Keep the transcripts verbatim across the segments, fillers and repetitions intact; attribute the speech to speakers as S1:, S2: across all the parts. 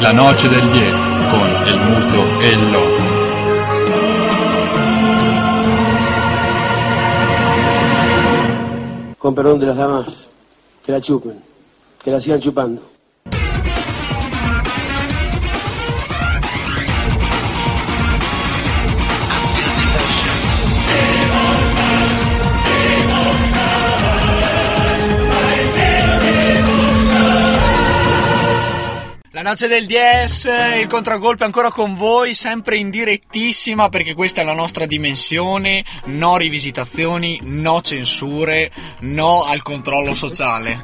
S1: La noche del diez con el muto e el loco.
S2: Con perdón de las damas, que la chupen, que la sigan chupando.
S3: La noce del diez, il contragolpe ancora con voi, sempre in direttissima perché questa è la nostra dimensione, no rivisitazioni, no censure, no al controllo sociale.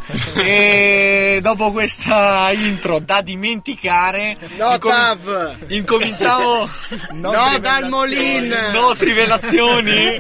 S3: E dopo questa intro da dimenticare,
S4: no
S3: incom-
S4: Tav,
S3: incominciamo
S4: no, no dal Molin,
S3: no trivelazioni,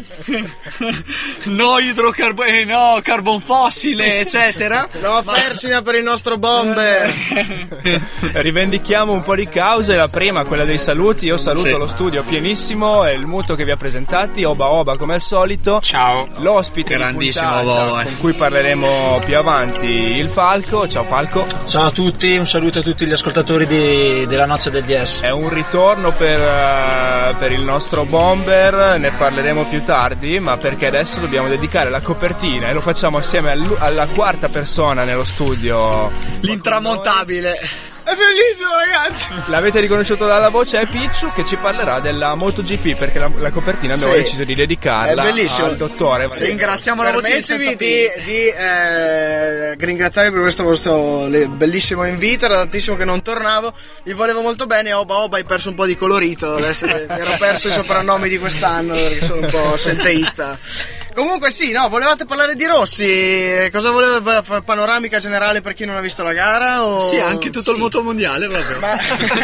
S3: no idrocarboni, eh, no carbon fossile, eccetera.
S4: No Fersina per il nostro bomber.
S5: Rivendichiamo un po' di cause. La prima, quella dei saluti. Io saluto sì. Lo studio pienissimo e il muto che vi ha presentati, Oba Oba come al solito.
S3: Ciao.
S5: L'ospite
S3: grandissimo
S5: di puntata,
S3: Oba,
S5: con cui parleremo più avanti, il Falco. Ciao Falco.
S6: Ciao a tutti, un saluto a tutti gli ascoltatori di, della noce del diez.
S5: È un ritorno per, uh, per il nostro bomber, ne parleremo più tardi, ma perché adesso dobbiamo dedicare la copertina e lo facciamo assieme al, alla quarta persona nello studio,
S3: l'intramontabile.
S4: È bellissimo, ragazzi!
S5: L'avete riconosciuto dalla voce, è Picciu che ci parlerà della MotoGP, perché la, la copertina abbiamo sì. deciso di dedicarla al dottore.
S3: Sì, ringraziamo la voce
S4: di, di, di eh, ringraziarvi per questo vostro bellissimo invito. Era tantissimo che non tornavo, vi volevo molto bene. Oba Oba, hai perso un po' di colorito, adesso mi ero perso i soprannomi di quest'anno perché sono un po' assenteista. Comunque sì, no, volevate parlare di Rossi, cosa voleva fare? Panoramica generale per chi non ha visto la gara? O...
S3: Sì, anche tutto sì. il moto mondiale proprio. Ma...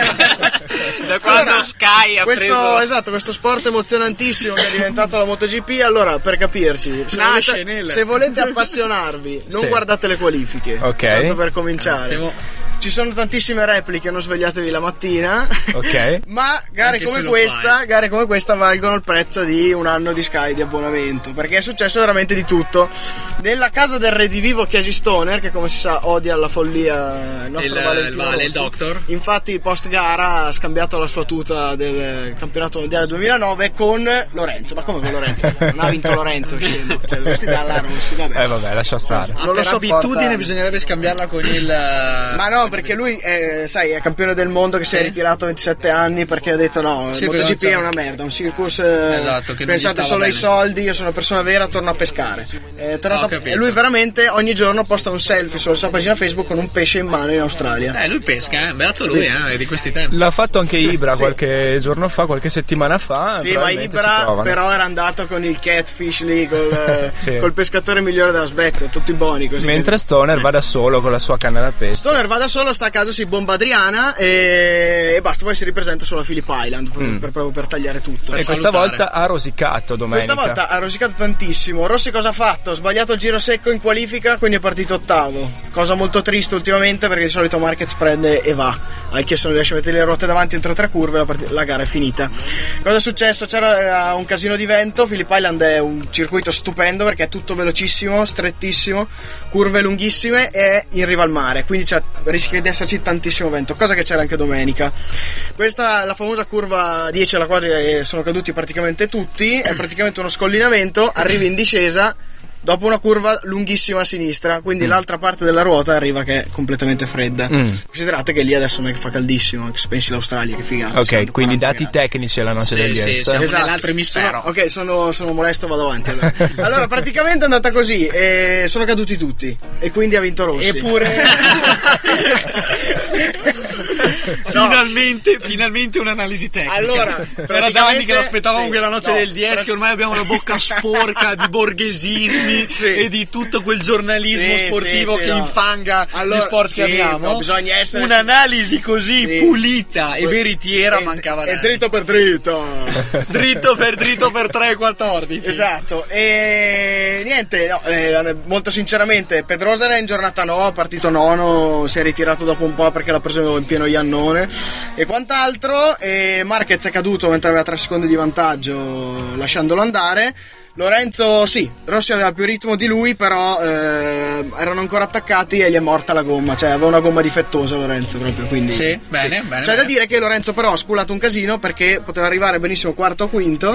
S7: da quando allora, Sky ha
S4: questo,
S7: preso...
S4: Esatto, questo sport emozionantissimo che è diventato la MotoGP. Allora, per capirci, se, volete,
S3: nel...
S4: se volete appassionarvi, non
S5: sì.
S4: guardate le qualifiche,
S5: ok,
S4: tanto per cominciare.
S3: Attimo.
S4: Ci sono tantissime repliche, non svegliatevi la mattina.
S5: Ok.
S4: Ma gare
S3: Anche
S4: come questa, gare come questa valgono il prezzo di un anno di Sky di abbonamento, perché è successo veramente di tutto. Nella casa del redivivo Casey Stoner, che come si sa odia la follia il nostro
S3: il,
S4: Valentino
S3: il vale,
S4: Rossi,
S3: il doctor.
S4: Infatti post gara ha scambiato la sua tuta del campionato mondiale duemilanove con Lorenzo. Ma come con Lorenzo? Non ha vinto Lorenzo, scendo. Cioè, dovresti darla a Rossi, vabbè.
S5: Eh vabbè, lascia stare.
S3: Ah, non per lo abitudine bisognerebbe scambiarla con il...
S4: Ma no, perché lui è, sai, è campione del mondo che si è ritirato a ventisette anni perché ha detto no, il sì, MotoGP è una merda, un circus,
S3: esatto, che
S4: pensate solo ai soldi, io sono una persona vera, torno a pescare. È tornato, e lui veramente ogni giorno posta un selfie sulla sua pagina Facebook con un pesce in mano in Australia.
S3: Eh, lui pesca, eh, beato lui, eh, di questi tempi.
S5: L'ha fatto anche Ibra sì. qualche giorno fa, qualche settimana fa.
S4: Sì, ma Ibra però era andato con il catfish lì, col, sì. col pescatore migliore della Svezia, tutti buoni così.
S5: Mentre che... Stoner va da solo con la sua canna da pesca.
S4: Stoner va da solo, sta a casa, si bomba Adriana e, e basta, poi si ripresenta sulla Phillip Island per, mm. per, proprio per tagliare tutto.
S5: E questa volta ha rosicato domenica.
S4: Questa volta ha rosicato tantissimo. Rossi cosa ha fatto? Ha sbagliato il giro secco in qualifica, quindi è partito ottavo. Cosa molto triste ultimamente perché di solito Marquez prende e va. Anche se non riesce a mettere le ruote davanti entro tre curve, la, part- la gara è finita. Cosa è successo? C'era un casino di vento. Phillip Island è un circuito stupendo perché è tutto velocissimo, strettissimo, curve lunghissime e in riva al mare, quindi c'è, rischia di esserci tantissimo vento, cosa che c'era anche domenica. Questa è la famosa curva dieci alla quale sono caduti praticamente tutti, è praticamente uno scollinamento, arrivi in discesa dopo una curva lunghissima a sinistra, quindi mm. l'altra parte della ruota arriva che è completamente fredda. Mm. Considerate che lì adesso non è che fa caldissimo, anche se pensi l'Australia, che figata.
S5: Ok, quindi dati gradi. Tecnici alla noce
S3: sì,
S5: del
S3: sì,
S5: diez.
S3: siamo
S4: esatto.
S3: nell'altro emisfero.
S4: Sono, ok, sono, sono molesto, vado avanti. Allora, allora praticamente è andata così e sono caduti tutti e quindi ha vinto Rossi.
S3: Eppure no. finalmente, finalmente un'analisi tecnica.
S4: Allora,
S3: era da anni che l'aspettavamo
S4: sì,
S3: che la noce
S4: no,
S3: del diez, che ormai abbiamo la bocca sporca di borghesismi sì. e di tutto quel giornalismo sì, sportivo sì, sì, che no. infanga allora, gli sport
S4: sì,
S3: che amiamo.
S4: No, bisogna essere
S3: un'analisi così
S4: sì.
S3: pulita e veritiera
S4: e,
S3: mancava.
S4: E dritto per dritto.
S3: dritto per dritto per tre e quattordici.
S4: Esatto. E niente, no, eh, molto sinceramente Pedrosa era in giornata no, partito nono, si è ritirato dopo un po' perché l'ha preso in pieno Iannone e quant'altro, e Marquez è caduto mentre aveva tre secondi di vantaggio lasciandolo andare. Lorenzo sì, Rossi aveva più ritmo di lui, però eh, erano ancora attaccati e gli è morta la gomma, cioè aveva una gomma difettosa Lorenzo proprio, quindi
S3: sì, bene, sì. bene.
S4: C'è
S3: bene.
S4: da dire che Lorenzo però ha sculato un casino perché poteva arrivare benissimo quarto o quinto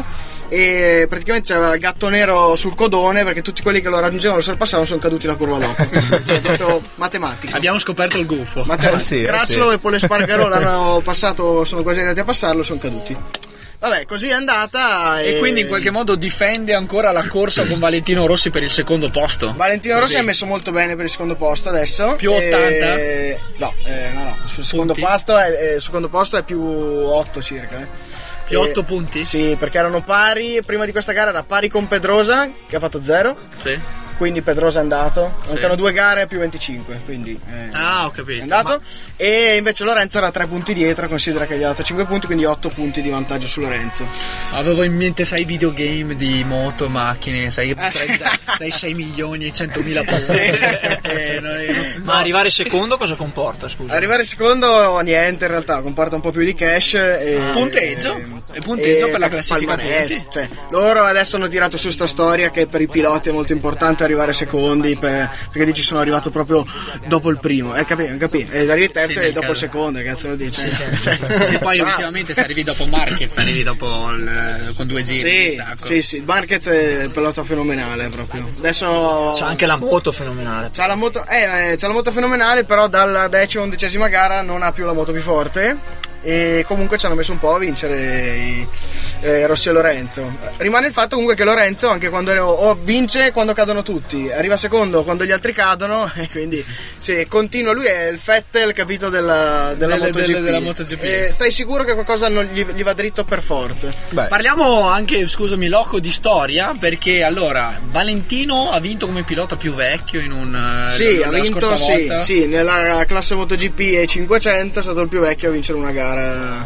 S4: e praticamente c'era il gatto nero sul codone perché tutti quelli che lo raggiungevano lo sorpassavano sono caduti la curva dopo. Cioè, proprio matematica.
S3: Abbiamo scoperto il gufo.
S4: Matematica.
S5: Eh sì, eh
S4: Cracciolo
S5: sì.
S4: e Pole Spargaro l'hanno passato, sono quasi arrivati a passarlo, sono caduti. Vabbè, così è andata e...
S3: e quindi in qualche modo difende ancora la corsa con Valentino Rossi per il secondo posto.
S4: Valentino
S3: Così.
S4: Rossi ha messo molto bene per il secondo posto adesso.
S3: Più ottanta?
S4: E... No, eh, no, no, sul secondo
S3: Punti?
S4: posto è, eh, secondo posto è più otto circa. Eh.
S3: Più
S4: E-
S3: otto punti?
S4: Sì, perché erano pari, prima di questa gara era pari con Pedrosa che ha fatto zero,
S3: Sì.
S4: quindi Pedrosa è andato.
S3: Sì.
S4: Mancano due gare più venticinque, quindi eh,
S3: Ah, ho capito.
S4: è andato.
S3: Ma-
S4: E invece Lorenzo era tre punti dietro, considera che gli ha dato cinque punti, quindi otto punti di vantaggio su Lorenzo.
S3: Avevo in mente, sai, videogame di moto, macchine, sai,
S4: Eh.
S3: dai, dai sei milioni e centomila punti. Eh, non è- non so-
S6: Ma arrivare secondo cosa comporta, scusa?
S4: Arrivare secondo niente in realtà, comporta un po' più di cash e
S3: Punteggio? E punteggio per la classifica
S4: palmarès.
S3: punti?
S4: Cioè, loro adesso hanno tirato su sta storia che per i piloti è molto importante arrivare secondi per- perché dici sono arrivato proprio dopo il primo, eh capì, capì? E arrivi terzo
S3: Sì,
S4: e
S3: nel
S4: dopo il
S3: caso.
S4: secondo, che cazzo lo dici?
S3: Sì, poi
S4: Bravo.
S3: ultimamente se arrivi dopo Marquez, arrivi dopo il- con due giri di
S4: Sì,
S3: stacco.
S4: sì, sì, Marquez è un pilota fenomenale proprio. Adesso
S6: C'è anche la moto fenomenale.
S4: C'ha la moto, eh, eh, c'ha la moto fenomenale, però dalla decima undicesima gara non ha più la moto più forte. E comunque ci hanno messo un po' a vincere i, eh, Rossi e Lorenzo. Rimane il fatto comunque che Lorenzo, anche quando o vince quando cadono tutti, arriva secondo quando gli altri cadono, e quindi sì, continua. Lui è il Vettel, capito, della, della,
S3: Delle-
S4: MotoGP.
S3: delle- della MotoGP.
S4: E stai sicuro che qualcosa non gli, gli va dritto per forza?
S5: Beh,
S3: Parliamo anche, scusami, loco di storia, perché allora Valentino ha vinto come pilota più vecchio in un
S4: Sì,
S3: la,
S4: ha
S3: la
S4: vinto,
S3: scorsa
S4: sì,
S3: volta.
S4: sì, nella classe MotoGP e cinquecento è stato il più vecchio a vincere una gara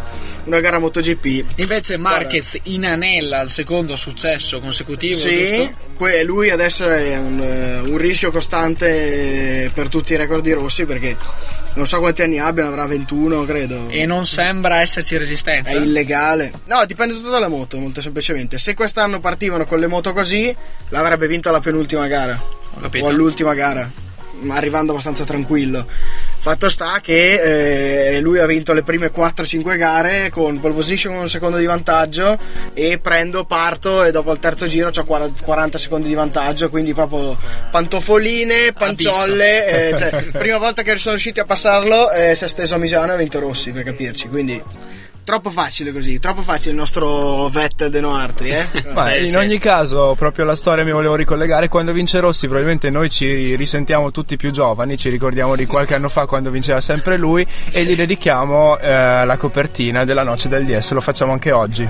S4: una gara MotoGP.
S3: Invece Marquez inanella il secondo successo consecutivo,
S4: Sì,
S3: giusto?
S4: que- lui adesso è un, eh, un rischio costante per tutti i record di Rossi, perché non so quanti anni abbia, ne avrà ventuno credo.
S3: E non sembra esserci resistenza.
S4: È illegale. No, dipende tutto dalla moto, molto semplicemente. Se quest'anno partivano con le moto così, l'avrebbe vinto alla penultima gara.
S3: Ho capito.
S4: O all'ultima gara, ma arrivando abbastanza tranquillo. Fatto sta che eh, lui ha vinto le prime quattro cinque gare con pole position, un secondo di vantaggio, e prendo, parto e dopo il terzo giro c'ho quaranta secondi di vantaggio, quindi proprio pantofoline, panciolle, eh, cioè, prima volta che sono riusciti a passarlo eh, si è steso a Misano e ha vinto Rossi, per capirci, quindi troppo facile così, troppo facile il nostro Vettel de Noartri, eh?
S5: ma
S3: Sì,
S5: in
S3: sì.
S5: ogni caso, proprio alla storia mi volevo ricollegare. Quando vince Rossi, probabilmente noi ci risentiamo tutti più giovani, ci ricordiamo di qualche anno fa quando vinceva sempre lui, e gli dedichiamo eh, la copertina della Noce del D S. Lo facciamo anche oggi.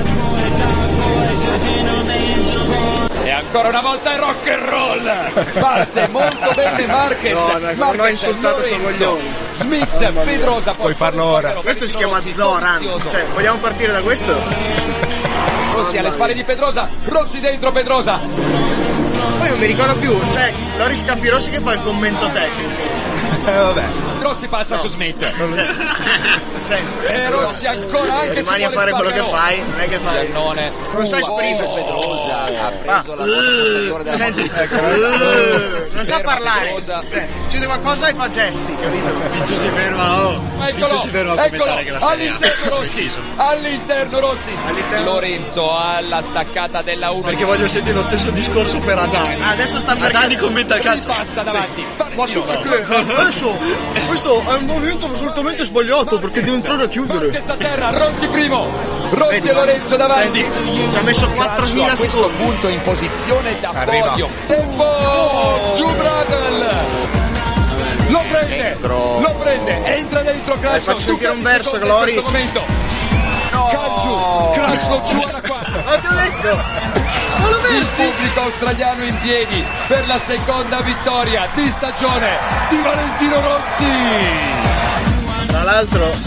S8: E ancora una volta è rock and roll. Parte molto bene Marquez.
S4: No, no, non ho
S8: Marquez,
S4: insultato sto
S8: Lorenzo,
S4: coglione.
S8: Smith, Pedrosa.
S5: Puoi farlo ora.
S4: Questo si chiama Zoran, cioè vogliamo partire da questo?
S8: Rossi alle spalle di Pedrosa. Rossi dentro Pedrosa.
S4: Poi non mi ricordo più, cioè Loris Capirossi che fa il commento tecnico.
S5: Eh, vabbè.
S8: Rossi passa su Smith.
S4: Nel senso,
S8: E Rossi ancora anche su
S4: rimani a
S8: Pole
S4: fare quello che
S8: Spargaro.
S4: fai, non è che fai.
S8: Giannone.
S4: Non sai esprimere.
S8: Pedrosa ha
S4: preso la moto della Senti, uh, non sa parlare.
S8: Pedrosa.
S4: Cioè, succede qualcosa e fa gesti, capito?
S3: Piccio si ferma, oh. Piccio si ferma a
S8: Eccolo,
S3: commentare che la Serie A.
S8: all'interno Rossi, all'interno Rossi,
S4: All'interno.
S8: Lorenzo alla staccata della uno.
S3: Perché voglio sentire lo stesso discorso per Adani.
S4: Ah, adesso sta per
S3: Adani commenta il calcio.
S8: Passa davanti.
S4: Ma so perché adesso questo è un movimento assolutamente sbagliato perché devo entrare a chiudere.
S8: Marquez a terra, Rossi primo, Rossi
S4: Vedi,
S8: e Lorenzo davanti.
S4: Senti, ci ha messo quattromila
S8: a questo
S4: secondi.
S8: punto in posizione da
S5: Arriva.
S8: podio. Tempo, giù Bradel. Lo prende, lo prende, entra dentro Crutchlow.
S4: faccio sentire un
S8: Ducati
S4: verso,
S8: secondo
S4: Gloris.
S8: in questo momento. Calcio, Crutchlow giù alla quarta.
S4: Ma ti ho detto! Solo
S8: Il
S4: versi!
S8: pubblico australiano in piedi per la seconda vittoria di stagione di Valentino Rossi.
S4: Tra l'altro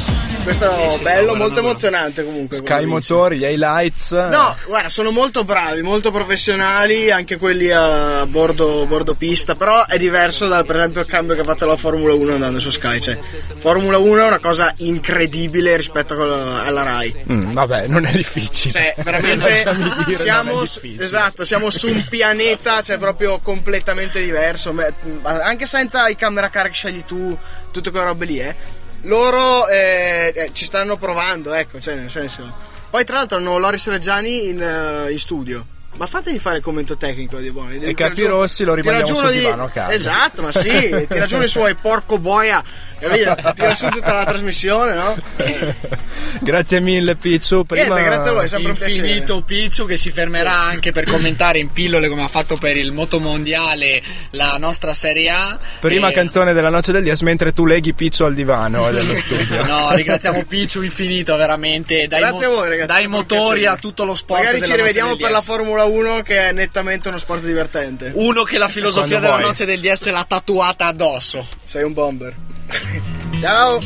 S4: questo
S3: Sì, sì,
S4: bello,
S3: sta
S4: molto
S3: duro.
S4: emozionante comunque.
S5: Sky
S4: quando vinci.
S5: Motori, gli highlights.
S4: No, guarda, sono molto bravi, molto professionali, anche quelli a bordo, bordo pista, però è diverso dal, per esempio, il cambio che ha fatto la Formula uno andando su Sky. Cioè, Formula uno è una cosa incredibile rispetto a quella- alla Rai.
S5: Mm, vabbè, non è difficile.
S4: Cioè, veramente
S5: Lasciami dire,
S4: siamo,
S5: non è
S4: su-
S5: difficile.
S4: esatto, siamo su un pianeta, cioè proprio completamente diverso. Me- Anche senza i camera car che scegli tu, tutte quelle robe lì, eh. Loro eh, eh, ci stanno provando, ecco, cioè nel senso. Poi tra l'altro hanno Loris Reggiani in, eh, in studio. Ma fategli fare il commento tecnico di buoni.
S5: E Capirossi lo rimandiamo sul divano a casa.
S4: Esatto, ma sì, tira giù i suoi porco boia, capito? Tira su tutta la trasmissione, no?
S5: Grazie mille Picciu. Prima...
S4: Niente, grazie a voi, è sempre un piacere.
S3: Infinito Picciu che si fermerà anche per commentare in pillole come ha fatto per il motomondiale la nostra Serie A.
S5: Prima
S3: E-
S5: canzone della Noce del Dies mentre tu leghi Picciu al divano dello studio.
S3: No, ringraziamo Picciu infinito veramente dai,
S4: Grazie a voi, ragazzi,
S3: dai
S4: è un
S3: motori
S4: piacere.
S3: a tutto lo sport.
S4: Magari
S3: della
S4: ci rivediamo
S3: Noce
S4: per
S3: del
S4: la
S3: Dies.
S4: Formula uno, che è nettamente uno sport divertente.
S3: Uno che la filosofia
S5: Quando
S3: della
S5: vuoi.
S3: Noce del Dies ce l'ha tatuata addosso.
S4: Sei un bomber. Ciao.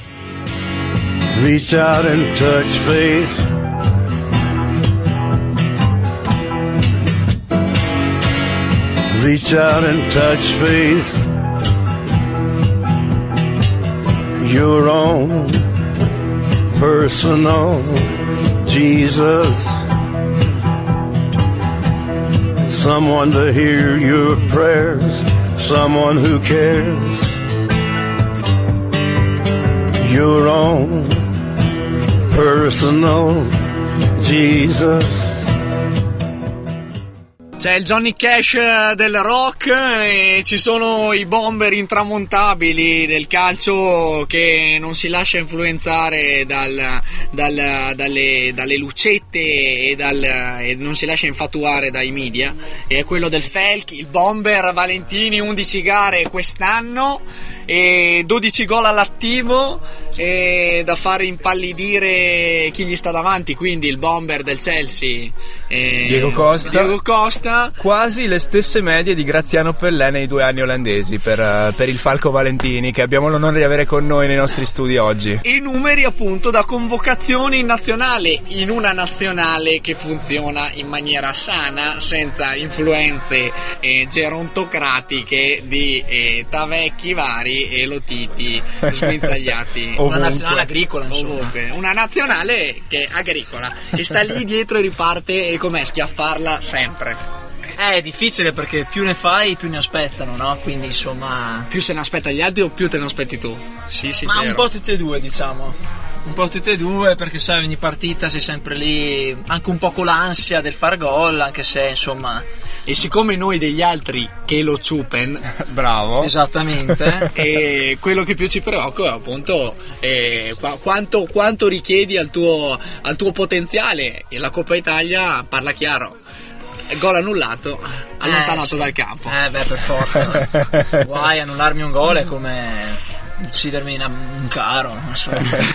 S9: Reach out and touch faith. Reach out and touch faith. Your own personal Jesus. Someone to hear your prayers. Someone who cares. Your own personal Jesus.
S3: C'è il Johnny Cash del rock e ci sono i bomber intramontabili del calcio che non si lascia influenzare dal, dal, dalle, dalle lucette e, dal, e non si lascia infatuare dai media. E è quello del Felk, il bomber Valentini, undici gare quest'anno e dodici gol all'attivo e da fare impallidire chi gli sta davanti, quindi il bomber del Chelsea, eh,
S5: Diego Costa.
S3: Diego Costa.
S5: Quasi le stesse medie di Graziano Pellè nei due anni olandesi per, eh, per il Falco Valentini, che abbiamo l'onore di avere con noi nei nostri studi oggi.
S3: I numeri appunto da convocazioni in nazionale, in una nazionale che funziona in maniera sana, senza influenze eh, gerontocratiche di eh, Tavecchi vari e Lotiti sguinzagliati.
S6: Una nazionale agricola, insomma.
S3: Ovunque. Una nazionale che è agricola, che sta lì dietro e riparte e com'è schiaffarla sempre.
S6: È difficile perché più ne fai più ne aspettano, no? Quindi insomma...
S3: Più se ne aspetta gli altri o più te ne aspetti tu? Sì, sì,
S6: Ma un po' tutte e due, diciamo. Un po' tutte e due, perché sai, ogni partita sei sempre lì, anche un po' con l'ansia del far gol, anche se insomma...
S3: E siccome noi degli altri che lo ciupen,
S5: Bravo.
S6: Esattamente.
S3: e quello che più ci preoccupa appunto è qua- quanto, quanto richiedi al tuo, al tuo potenziale. E la Coppa Italia parla chiaro: gol annullato, allontanato
S6: Eh, sì.
S3: dal campo.
S6: Eh beh, per forza. Guai, annullarmi un gol è come uccidermi in un caro, non so.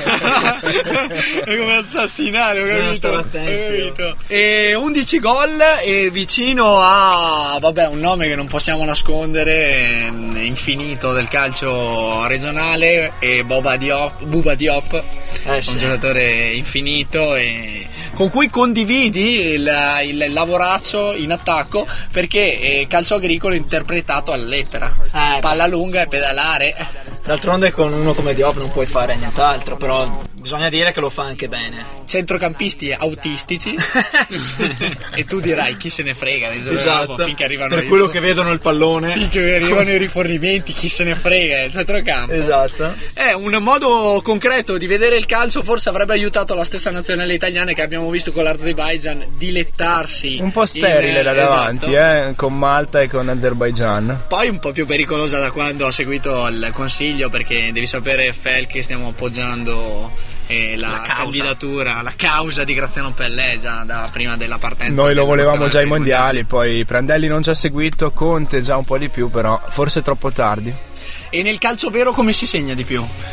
S3: È come assassinare, ho
S6: Bisogna
S3: capito,
S6: stare
S3: ho
S6: attenti.
S3: capito. E undici gol e vicino a, vabbè, un nome che non possiamo nascondere, infinito del calcio regionale, e Boba Diop, Buba Diop,
S6: Eh, sì.
S3: un giocatore infinito e con cui condividi il, il lavoraccio in attacco, perché è calcio agricolo interpretato alla lettera,
S6: Eh,
S3: palla lunga e pedalare.
S6: D'altronde con uno come Diop non puoi fare nient'altro, però bisogna dire che lo fa anche bene.
S3: Centrocampisti autistici e tu dirai chi se ne frega di giocare
S6: Esatto.
S3: dopo, finché arrivano
S6: Per
S3: i-
S6: quello che vedono il pallone.
S3: finché arrivano i rifornimenti, chi se ne frega il centrocampo.
S6: Esatto.
S3: È un modo concreto di vedere il calcio, forse avrebbe aiutato la stessa nazionale italiana che abbiamo visto con l'Azerbaijan dilettarsi
S5: Un po' sterile
S3: in-
S5: da davanti,
S3: esatto.
S5: eh, con Malta e con Azerbaijan.
S3: Poi un po' più pericolosa da quando ho seguito il consiglio, perché devi sapere, Fel, che stiamo appoggiando eh, la,
S6: La causa.
S3: candidatura, la causa di Graziano Pellè già da prima della partenza.
S5: Noi lo
S3: della
S5: volevamo già ai
S3: nazionale
S5: mondiali, poi Prandelli non ci ha seguito, Conte già un po' di più, però forse troppo tardi.
S3: E nel calcio vero come si segna di più?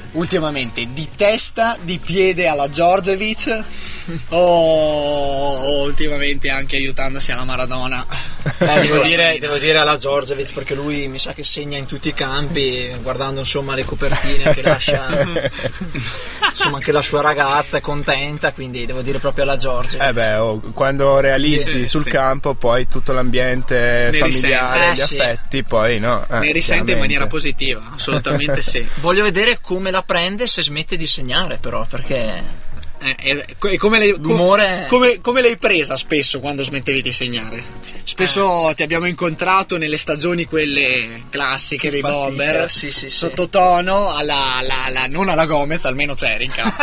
S3: ultimamente di testa, di piede alla Djordjevic o, o ultimamente anche aiutandosi alla Maradona?
S6: Eh, devo, dire, devo dire alla Djordjevic, perché lui mi sa che segna in tutti i campi, guardando insomma le copertine che lascia insomma anche la sua ragazza è contenta, quindi devo dire proprio alla Djordjevic.
S5: Eh beh, oh, quando realizzi
S3: Eh,
S5: sul
S3: sì.
S5: campo poi tutto l'ambiente
S3: Ne
S5: familiare,
S6: risente.
S5: gli
S6: Eh, sì.
S5: affetti, poi no. eh,
S3: Ne risente in
S5: chiaramente.
S3: maniera positiva, assolutamente sì.
S6: Voglio vedere come la prende se smette di segnare, però, perché
S3: Eh, eh, co- e come l'hai, co-
S6: L'umore-
S3: come, come l'hai presa spesso quando smettevi di segnare? Spesso
S6: Eh.
S3: ti abbiamo incontrato nelle stagioni quelle classiche dei
S6: fatica,
S3: Bomber,
S6: sì, sì, sì.
S3: sottotono, alla, alla- alla- non alla Gomez, almeno c'eri in campo.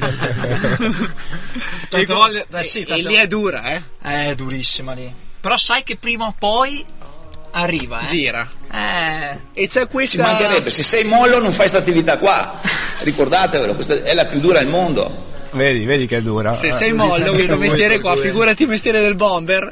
S6: Tante
S3: e,
S6: volte- eh, sì,
S3: e
S6: tante-
S3: lì è dura, eh?
S6: è durissima lì. Però sai che prima o poi arriva, eh?
S3: Gira.
S6: Eh,
S3: E c'è
S10: Ci
S3: questa...
S10: mancherebbe, se sei mollo non fai sta attività qua, ricordatevelo, questa è la più dura del mondo.
S5: Vedi, vedi che è dura.
S3: Se
S5: eh.
S3: sei
S5: Lo
S3: mollo,
S5: dice
S3: questo
S5: anche lui,
S3: mestiere qua,
S5: lui.
S3: figurati il mestiere del bomber.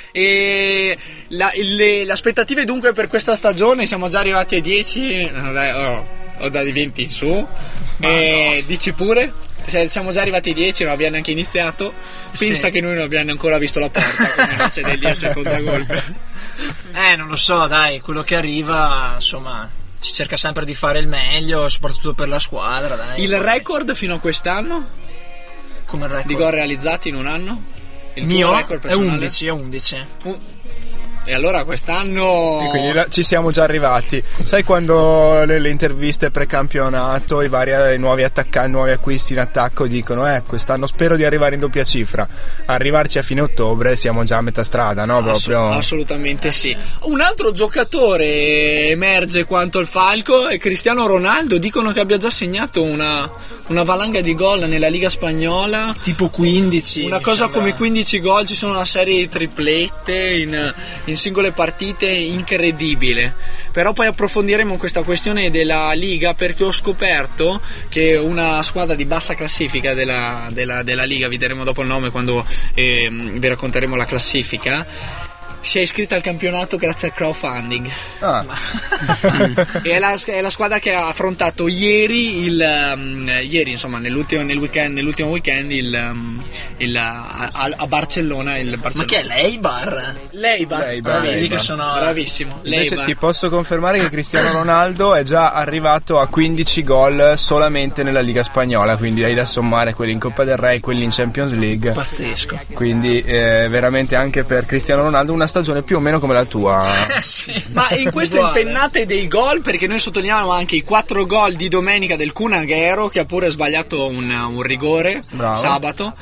S3: E la- le, le aspettative dunque per questa stagione, siamo già arrivati ai dieci, oh, o dai venti in su. E dici pure? Se siamo già arrivati ai dieci, non abbiamo neanche iniziato. Pensa
S6: Sì.
S3: che noi non abbiamo ancora visto la porta come noce del D S contragolpe.
S6: eh, non lo so, dai, quello che arriva, insomma, si cerca sempre di fare il meglio, soprattutto per la squadra, dai.
S3: Il record fino a quest'anno
S6: come record.
S3: di gol realizzati in un anno? Il tuo
S6: mio
S3: record
S6: è
S3: personale?
S6: undici, è undici.
S3: Un- E allora quest'anno
S5: E quindi là ci siamo già arrivati. Sai quando le, le interviste precampionato, i vari i nuovi attaccanti, nuovi acquisti in attacco dicono eh quest'anno spero di arrivare in doppia cifra. Arrivarci a fine ottobre siamo già a metà strada, no?
S3: Ass-
S5: Proprio.
S3: assolutamente sì. Un altro giocatore emerge quanto il falco è Cristiano Ronaldo. Dicono che abbia già segnato una, una valanga di gol nella Liga Spagnola,
S6: Tipo quindici.
S3: una
S6: mi
S3: cosa
S6: sembra.
S3: come quindici gol. Ci sono una serie di triplette in, in singole partite, incredibile. Però poi approfondiremo questa questione della Liga, perché ho scoperto che una squadra di bassa classifica della, della, della Liga, vi daremo dopo il nome quando ehm, vi racconteremo la classifica, si è iscritta al campionato grazie al crowdfunding.
S5: Ah.
S3: E è la, è la squadra che ha affrontato ieri il um, ieri insomma nell'ultimo, nel weekend, nell'ultimo weekend il, um, il, a, a- a Barcellona il
S6: Ma
S3: Barcellona.
S6: che è l'Eibar?
S3: L'Eibar,
S5: L'Eibar,
S3: bravissimo,
S5: L'Eibar.
S6: Che sono-
S3: bravissimo.
S5: Invece
S3: L'Eibar.
S5: ti posso confermare che Cristiano Ronaldo è già arrivato a quindici gol solamente nella Liga Spagnola, quindi hai da sommare quelli in Coppa del Re, quelli in Champions League.
S6: Pazzesco.
S5: Quindi eh, veramente anche per Cristiano Ronaldo una stagione più o meno come la tua.
S6: Eh sì.
S3: Ma in queste
S6: Uguale.
S3: impennate dei gol, perché noi sottolineiamo anche i quattro gol di domenica del Kun Agüero, che ha pure sbagliato un, un rigore
S5: Bravo.
S3: sabato.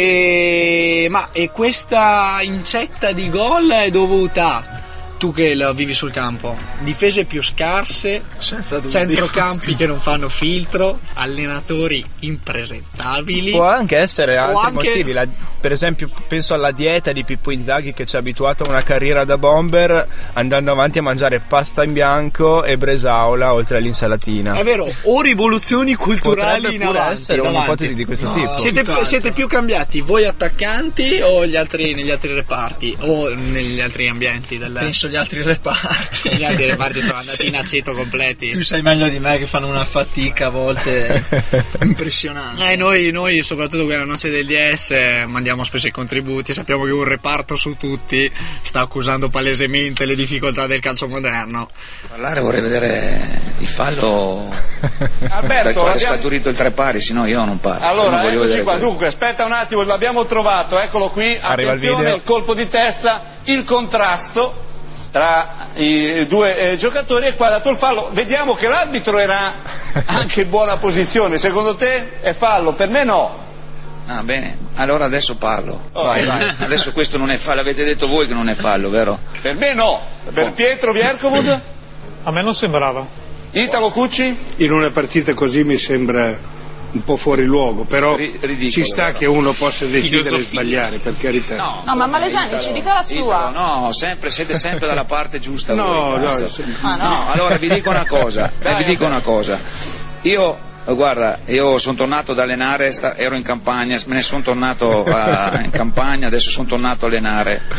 S3: E, ma e questa incetta di gol è dovuta, tu che lo vivi sul campo, difese più scarse,
S6: Senza dubbio.
S3: centrocampi che non fanno filtro, allenatori impresentabili.
S5: Può anche essere
S3: O
S5: altri
S3: anche-
S5: motivi, la- per esempio penso alla dieta di Pippo Inzaghi che ci ha abituato a una carriera da bomber, andando avanti a mangiare pasta in bianco e bresaola oltre all'insalatina.
S3: È vero, o rivoluzioni culturali
S5: Potrebbe
S3: in
S5: pure
S3: avanti,
S5: essere
S3: davanti.
S5: un'ipotesi di questo
S6: No.
S5: tipo.
S3: Siete,
S6: Tutt'altro.
S3: siete più cambiati voi attaccanti o gli altri negli altri reparti o negli altri ambienti del...
S6: Penso gli altri reparti.
S3: Gli altri reparti sono andati
S6: Sì.
S3: in aceto completi.
S6: Tu sai meglio di me che fanno una fatica a volte impressionante.
S3: Eh, noi, noi soprattutto qui alla noce del D S mandiamo spesso i contributi, sappiamo che un reparto su tutti sta accusando palesemente le difficoltà del calcio moderno.
S10: Parlare vorrei vedere il fallo per
S8: Alberto,
S10: quale è
S8: abbiamo...
S10: scaturito il tre pari, sennò io non parlo. Non
S8: Allora,
S10: voglio
S8: eccoci
S10: vedere
S8: qua.
S10: quello.
S8: Dunque, aspetta un attimo, l'abbiamo trovato, eccolo qui.
S5: Arriva il
S8: Attenzione,
S5: video.
S8: il colpo di testa, il contrasto tra i due eh, giocatori e qua ha dato il fallo. Vediamo che l'arbitro era anche in buona posizione. Secondo te è fallo? Per me no.
S10: Ah, bene, allora adesso parlo.
S8: Oh.
S10: Vai, vai. Adesso questo non è fallo, avete detto voi che non è fallo, vero?
S8: Per me no. Per Pietro Viercomud?
S11: A me non sembrava.
S8: Italo Cucci?
S11: In una partita così mi sembra un po' fuori luogo, però
S10: Ri- ridicolo,
S11: ci sta
S10: però.
S11: che uno possa decidere di
S10: Filosofia.
S11: sbagliare, per carità.
S10: No,
S12: No, ma Malesani ci dica la sua.
S10: Italo, no, sempre, siete sempre dalla parte giusta.
S11: No,
S10: voi,
S11: no,
S10: cazzo.
S11: sì.
S12: Ah, no.
S10: No, allora vi dico una cosa, eh, vi dico una cosa. Io, eh, guarda, io sono tornato ad allenare, sta- ero in campagna, me ne sono tornato a- in campagna, adesso sono tornato a allenare.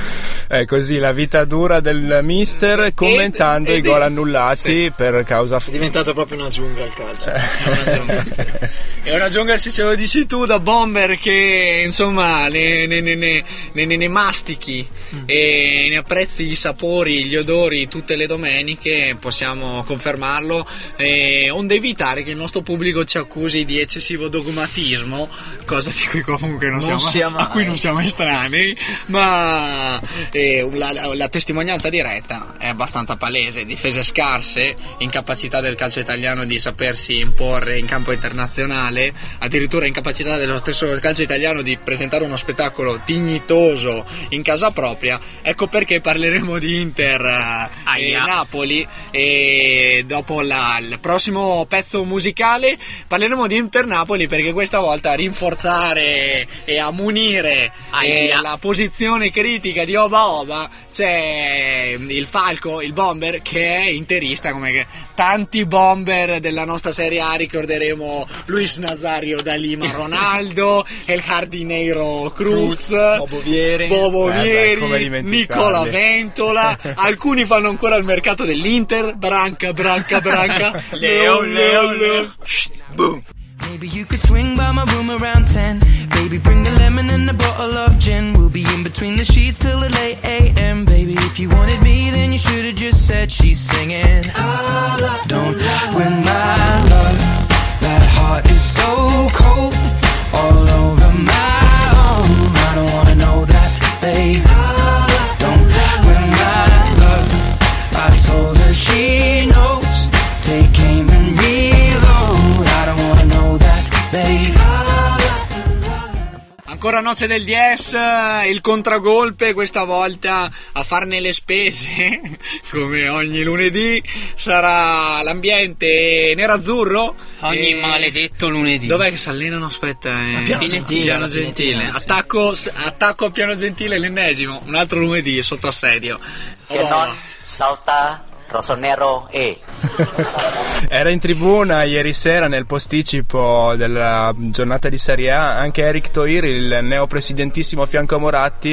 S5: È così la vita dura del mister commentando ed, ed i gol annullati sì. per causa.
S6: È diventato proprio una giungla il calcio.
S3: È una giungla, è una giungla se ce lo dici tu da bomber che insomma ne, ne, ne, ne, ne, ne mastichi mm. e ne apprezzi i sapori, gli odori tutte le domeniche, possiamo confermarlo, e onde evitare che il nostro pubblico ci accusi di eccessivo dogmatismo, cosa di cui comunque non,
S6: non
S3: siamo, a cui non siamo estranei, ma eh, la, la, la testimonianza diretta è abbastanza palese: difese scarse, incapacità del calcio italiano di sapersi imporre in campo internazionale, addirittura incapacità dello stesso calcio italiano di presentare uno spettacolo dignitoso in casa propria. Ecco perché parleremo di Inter eh, e Napoli, e dopo la, il prossimo pezzo musicale parleremo di Inter Napoli, perché questa volta a rinforzare e a munire eh, la posizione critica di Oba Oba c'è il Falco, il bomber, che è interista come che tanti bomber della nostra Serie A. Ricorderemo Luis Nazario da Lima Ronaldo, El Jardineiro Cruz,
S6: Bobo Vieri,
S3: Bobo Vieri, eh, Nicola Ventola. Alcuni fanno ancora il mercato dell'Inter. Branca, branca, branca. Leo, Leo, Leo. Boom.
S13: Maybe you could swing by my room around ten. Baby, bring a lemon and a bottle of gin. We'll be in between the sheets till the late a m. Baby, if you wanted me, then you should have just said she's singing. Don't win my love. That heart is so cold, all over my own. I don't wanna know that, babe. Don't win my love. I told her she knows. Take aim and reload. I don't wanna know that, babe.
S3: Ancora noce del diez, il contragolpe questa volta a farne le spese, come ogni lunedì, sarà l'ambiente nerazzurro.
S7: Ogni
S3: e...
S7: maledetto lunedì.
S3: Dov'è che si allenano? Aspetta, eh...
S7: Piano Gentile.
S3: Piano Gentile. Sì. Attacco, attacco a Piano Gentile, l'ennesimo, un altro lunedì sotto assedio.
S14: Che oh. non salta Rossonero E.
S5: Era in tribuna ieri sera nel posticipo della giornata di Serie A anche Eric Toir, il neopresidentissimo a fianco a Moratti.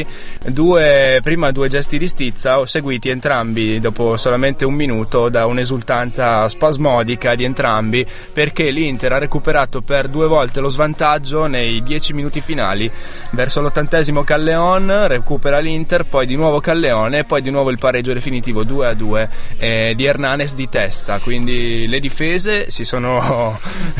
S5: Due, prima due gesti di stizza seguiti entrambi dopo solamente un minuto da un'esultanza spasmodica di entrambi, perché l'Inter ha recuperato per due volte lo svantaggio nei dieci minuti finali. Verso l'ottantesimo Calleon recupera l'Inter, poi di nuovo Calleone e poi di nuovo il pareggio definitivo due a due eh, di Hernanes di testa. Quindi le difese si sono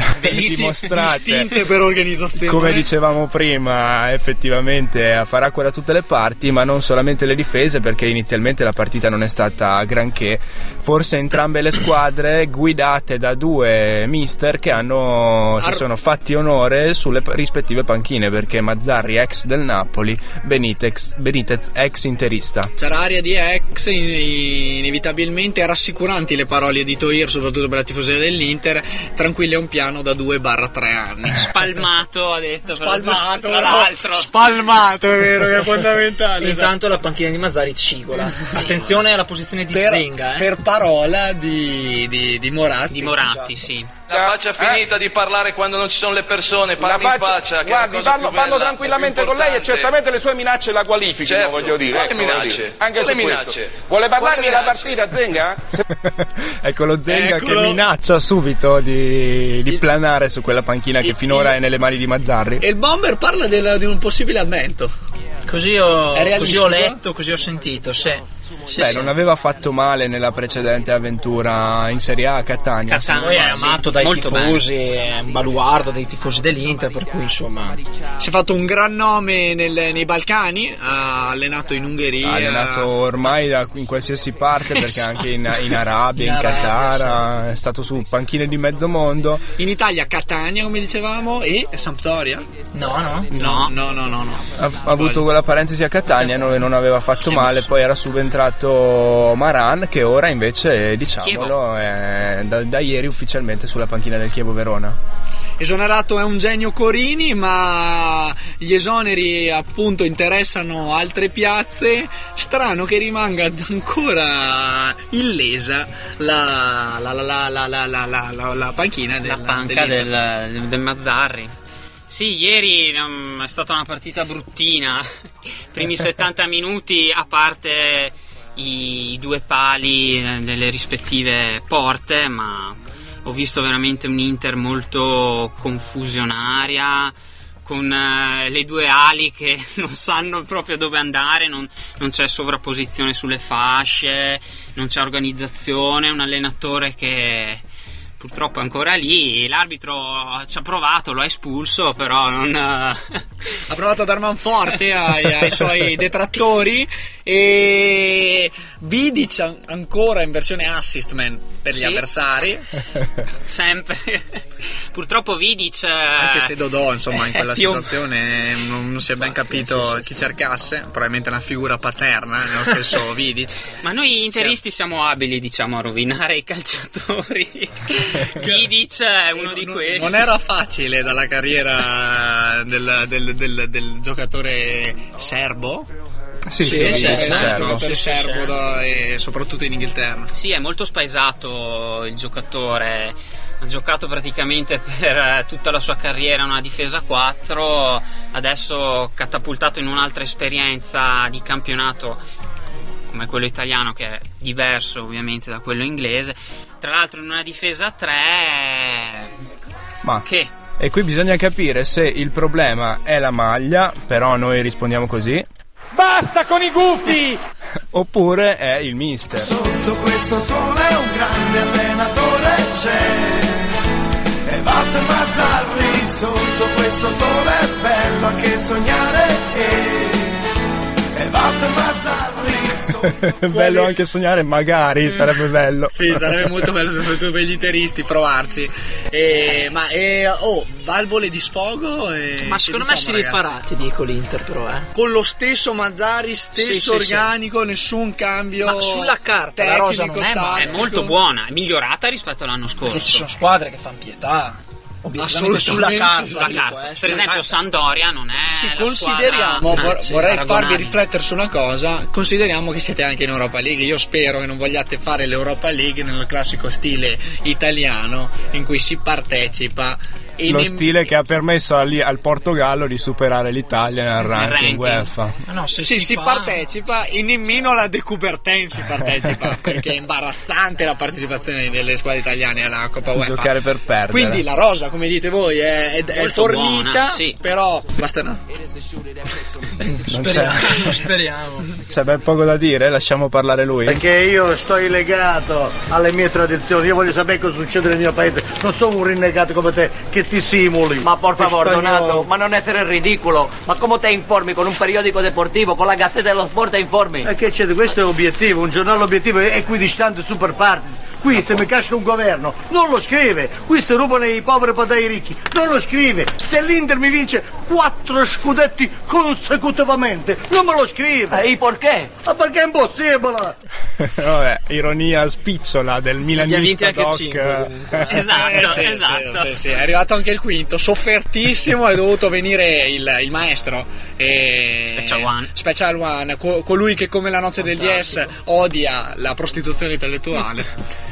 S5: dimostrate
S3: distinte per organizzazione,
S5: come dicevamo prima, effettivamente a far acqua da tutte le parti, ma non solamente le difese, perché inizialmente la partita non è stata granché. Forse entrambe le squadre guidate da due mister che hanno si sono fatti onore sulle rispettive panchine, perché Mazzarri ex del Napoli, Benitez, Benitez ex interista.
S3: C'era aria di ex, inevitabilmente rassicuranti le parole di Toir, soprattutto per la tifoseria dell'Inter. Tranquillo, è un piano da due barra tre anni.
S7: Spalmato, ha detto.
S3: Spalmato,
S7: tra l'altro.
S3: Spalmato, è vero, che è fondamentale.
S6: Intanto la panchina di Mazzarri cigola. Attenzione alla posizione di
S3: per,
S6: Zenga, eh.
S3: per parola di, di, di Moratti.
S7: Di Moratti, sì.
S15: La faccia finita eh? di parlare quando non ci sono le persone, parli faccia, in faccia. Che
S16: guardi, parlo, parlo tranquillamente con lei e certamente le sue minacce la qualificano,
S15: certo,
S16: voglio dire.
S15: Quale
S16: ecco,
S15: minacce?
S16: Dire. Anche
S15: Quale
S16: su
S15: minacce?
S16: Questo. Vuole parlare
S15: Quale
S16: della
S15: minacce?
S16: partita, Zenga?
S5: Ecco lo Zenga
S3: Eccolo.
S5: che minaccia subito di, di planare su quella panchina che finora è nelle mani di Mazzarri.
S3: E il bomber parla del, di un possibile avvento.
S6: Così ho, così ho
S3: realistico?
S6: letto, così ho sentito, sì. Sì,
S5: Beh,
S6: sì.
S5: non aveva fatto male nella precedente avventura in Serie A a Catania.
S6: Catania poi è amato dai tifosi, è un baluardo dei tifosi dell'Inter, per cui insomma
S3: si è fatto un gran nome nel, nei Balcani, ha allenato in Ungheria,
S5: ha allenato ormai da, in qualsiasi parte, perché
S3: esatto.
S5: anche in, in Arabia, in, in Qatar, sì. È stato su panchine di mezzo mondo.
S3: In Italia Catania, come dicevamo, e Sampdoria?
S6: No, no,
S3: no, no, no, no, no.
S5: Ha, ha avuto quella parentesi a Catania dove non aveva fatto male, poi era subentrato Maran, che ora invece, diciamolo, è da, da ieri ufficialmente sulla panchina del Chievo Verona.
S3: Esonerato è un genio Corini, ma gli esoneri appunto interessano altre piazze. Strano che rimanga ancora illesa la, la, la, la, la, la, la, la, la panchina del,
S7: la panca del, del, del Mazzarri. Sì, ieri um, è stata una partita bruttina. Primi settanta minuti, a parte i, i due pali delle rispettive porte, ma ho visto veramente un Inter molto confusionaria, con uh, le due ali che non sanno proprio dove andare, non, non c'è sovrapposizione sulle fasce, non c'è organizzazione, un allenatore che purtroppo è ancora lì, l'arbitro ci ha provato, lo ha espulso, però non... ha
S3: provato a dar manforte ai, ai suoi detrattori, e Vidic ancora in versione assist man per gli
S7: sì.
S3: avversari,
S7: sempre. Purtroppo Vidic,
S3: anche se Dodò insomma in quella
S7: più...
S3: situazione non, non si è ben capito sì, sì, chi sì. cercasse, probabilmente una figura paterna nello stesso Vidic.
S7: Ma noi interisti sì. siamo abili, diciamo, a rovinare i calciatori. Vidic è uno di questi.
S3: Non era facile dalla carriera del, del, del, del giocatore serbo.
S5: Sì, sì, sì, sì, sì,
S3: sì,
S5: serbo.
S3: giocatore serbo da, e soprattutto in Inghilterra.
S7: Sì, è molto spaesato il giocatore. Ha giocato praticamente per tutta la sua carriera una difesa quattro, adesso catapultato in un'altra esperienza di campionato come quello italiano, che è diverso ovviamente da quello inglese, tra l'altro in una difesa tre.
S5: Ma
S7: che?
S5: E qui bisogna capire se il problema è la maglia, però noi rispondiamo così:
S17: basta con i gufi!
S5: Oppure è il mister.
S18: Sotto questo sole un grande allenatore c'è, e Walter Mazzarri. Sotto questo sole è bello anche sognare, e, e Walter Mazzarri.
S5: Bello anche sognare, magari sarebbe bello.
S3: Sì, sarebbe molto bello, soprattutto per gli interisti, provarci. E, ma e, oh, valvole di sfogo. E,
S6: ma secondo me si riparati, dico l'Inter, però, eh.
S3: Con lo stesso Mazzarri, stesso
S6: sì,
S3: organico,
S6: sì,
S3: nessun cambio.
S6: Ma sulla carta
S3: tecnico,
S6: la rosa non è, ma
S7: è molto buona, è migliorata rispetto all'anno scorso.
S6: Perché ci sono squadre che fanno pietà.
S7: Assolutamente sulla carta, sulla carta. Per esempio Sampdoria non è
S3: sì,
S7: la
S3: consideriamo
S7: squadra,
S3: vor- vorrei
S7: paragonabile.
S3: farvi riflettere su una cosa. Consideriamo che siete anche in Europa League. Io spero che non vogliate fare l'Europa League nel classico stile italiano in cui si partecipa
S5: e lo ne... stile che ha permesso al, al Portogallo di superare l'Italia nel ranking,
S7: ranking.
S5: UEFA.
S6: Ah, no, se
S3: sì,
S6: si,
S3: si
S6: fa...
S3: partecipa e nemmeno alla De Coubertin si partecipa perché è imbarazzante la partecipazione delle squadre italiane alla Coppa UEFA.
S5: Giocare per perdere.
S3: Quindi la rosa, come dite voi, è, è, è fornita,
S7: buona, sì.
S3: però basta no.
S6: Speriamo, c'è... speriamo.
S5: C'è ben poco da dire, lasciamo parlare lui.
S19: Perché io sto legato alle mie tradizioni, io voglio sapere cosa succede nel mio paese, non sono un rinnegato come te che ti simuli.
S14: Ma por favor, Donato, ma non essere ridicolo. Ma come te informi con un periodico deportivo, con la Gazzetta dello Sport te informi?
S19: E che c'è? Questo è obiettivo, un giornale obiettivo equidistante super partis. Qui se mi casca un governo non lo scrive, qui se rubano i poveri per dare i ricchi non lo scrive, se l'Inter mi vince quattro scudetti consecutivamente non me lo scrive.
S14: E perché?
S19: Ma perché è impossibile.
S5: Vabbè, ironia spicciola del milanista doc.
S7: Esatto,
S3: eh, sì,
S7: esatto.
S3: Sì, sì, sì. È arrivato anche il quinto, soffertissimo, è dovuto venire il, il maestro e...
S7: Special One,
S3: Special One, co- colui che come la noce del diez odia la prostituzione intellettuale.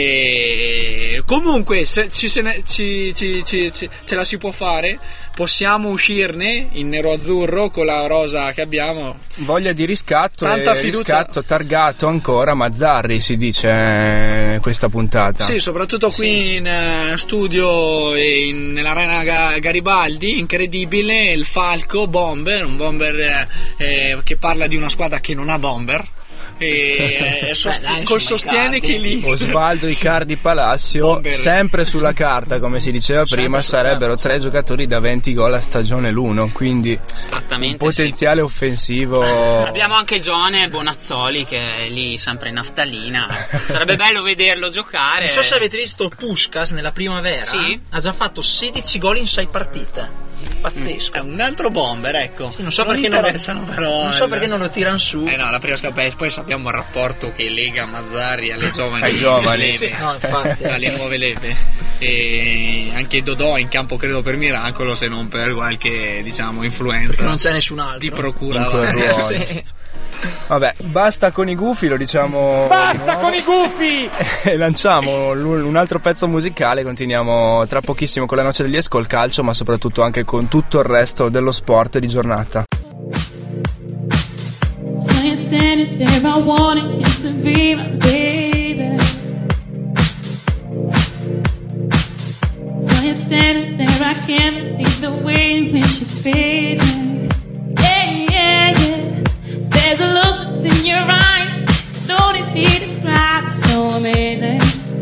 S3: E comunque se ci, se ne, ci, ci, ci, ci, ce la si può fare, possiamo uscirne in nero-azzurro con la rosa che abbiamo.
S5: Voglia di riscatto.
S3: Tanta
S5: e
S3: fiducia.
S5: Riscatto targato ancora Mazzarri, si dice, questa puntata.
S3: Sì, soprattutto qui sì. in uh, studio e in, nell'arena Ga- Garibaldi, incredibile, il Falco Bomber, un bomber eh, che parla di una squadra che non ha bomber. E eh, sost- Beh, dai, col sostiene che lì
S5: Osvaldo Icardi Palacio
S3: Bomber.
S5: Sempre sulla carta, come si diceva prima, sarebbero tre giocatori da venti gol a stagione l'uno, quindi un potenziale
S7: sì.
S5: offensivo.
S7: Abbiamo anche Gione Bonazzoli che è lì sempre in naftalina, sarebbe bello vederlo giocare.
S6: Non so se avete visto Puskás nella primavera,
S7: sì.
S6: ha già fatto sedici gol in sei partite. Pazzesco.
S3: È un altro bomber, ecco.
S6: Sì, non so
S3: non
S6: perché
S3: interessano
S6: non lo,
S3: però.
S6: Non so
S3: il...
S6: perché non lo tirano su.
S3: Eh no, la prima scappata. Poi sappiamo il rapporto che lega Mazzarri alle giovani,
S5: ai giovani.
S3: Leve,
S6: sì, no, infatti.
S3: alle nuove leve. E anche Dodò in campo credo per miracolo, se non per qualche diciamo influenza.
S6: Perché non c'è nessun altro
S3: di procura.
S5: In quel ruolo.
S6: sì.
S5: Vabbè, basta con i gufi, lo diciamo.
S17: Basta con i gufi!
S5: E lanciamo un altro pezzo musicale. Continuiamo tra pochissimo con la Noce degli Esco, il calcio, ma soprattutto anche con tutto il resto dello sport di giornata.
S20: So you're standing there, I wanted you to be my baby. So you're standing there, I can't believe the way in which you face me. Yeah, yeah, yeah. There's a look that's in your eyes, don't it be described, so amazing.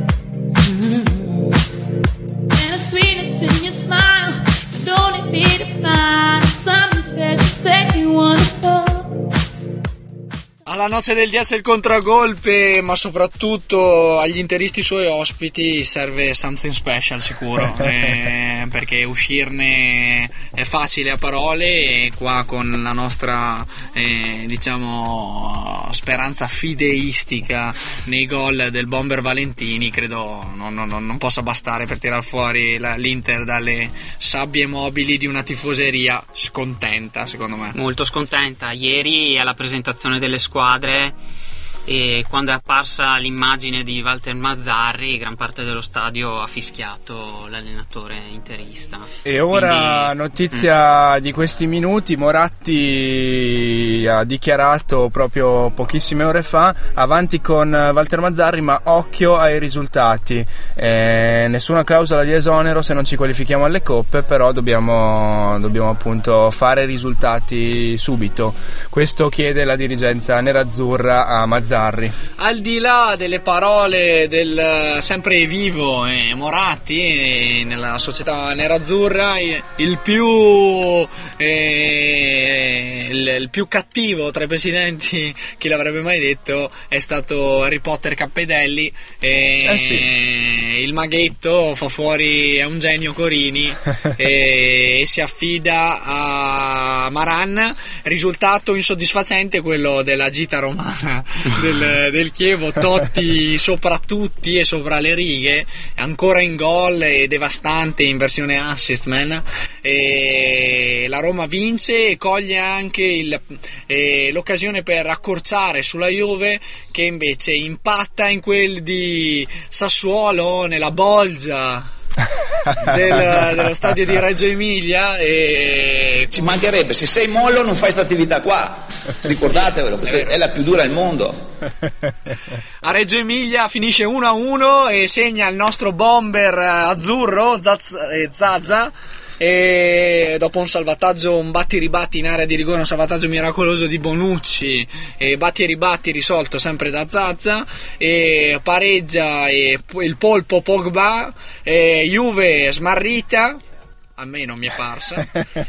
S20: Mm-hmm. And a sweetness in your smile, don't it be defined, something special, sexy, wonderful.
S3: Alla Noce del Jazz il contragolpe, ma soprattutto agli interisti suoi ospiti serve something special sicuro, eh, perché uscirne è facile a parole e qua con la nostra eh, diciamo speranza fideistica nei gol del bomber Valentini credo non, non, non possa bastare per tirar fuori la, l'Inter dalle sabbie mobili di una tifoseria scontenta, secondo me.
S7: Molto scontenta. Ieri alla presentazione delle squadre, e quando è apparsa l'immagine di Walter Mazzarri, gran parte dello stadio ha fischiato l'allenatore interista.
S5: E ora
S7: quindi,
S5: notizia mm. di questi minuti: Moratti ha dichiarato proprio pochissime ore fa, avanti con Walter Mazzarri, ma occhio ai risultati, eh, nessuna clausola di esonero se non ci qualifichiamo alle coppe, però dobbiamo, dobbiamo appunto fare risultati subito. Questo chiede la dirigenza nerazzurra a Mazzarri.
S3: Al di là delle parole del sempre vivo eh, Moratti eh, nella società nerazzurra, eh, il più eh, il, il più cattivo tra i presidenti, chi l'avrebbe mai detto, è stato Harry Potter Cappedelli. eh,
S5: eh sì.
S3: Il maghetto fa fuori, è un genio Corini e, e si affida a Maran. Risultato insoddisfacente quello della gita romana Del, del Chievo, Totti sopra tutti e sopra le righe, ancora in gol e devastante in versione assist man, e la Roma vince e coglie anche il, eh, l'occasione per accorciare sulla Juve, che invece impatta in quel di Sassuolo nella bolgia del, dello stadio di Reggio Emilia. E
S10: ci mancherebbe, se sei mollo non fai sta attività qua, ricordatevelo, questa è la più dura al mondo.
S3: A Reggio Emilia finisce uno a uno e segna il nostro bomber azzurro Zaza, e dopo un salvataggio, un batti ribatti in area di rigore, un salvataggio miracoloso di Bonucci, e batti e ribatti risolto sempre da Zaza, e pareggia e il polpo Pogba, e Juve smarrita, a me non mi è parsa,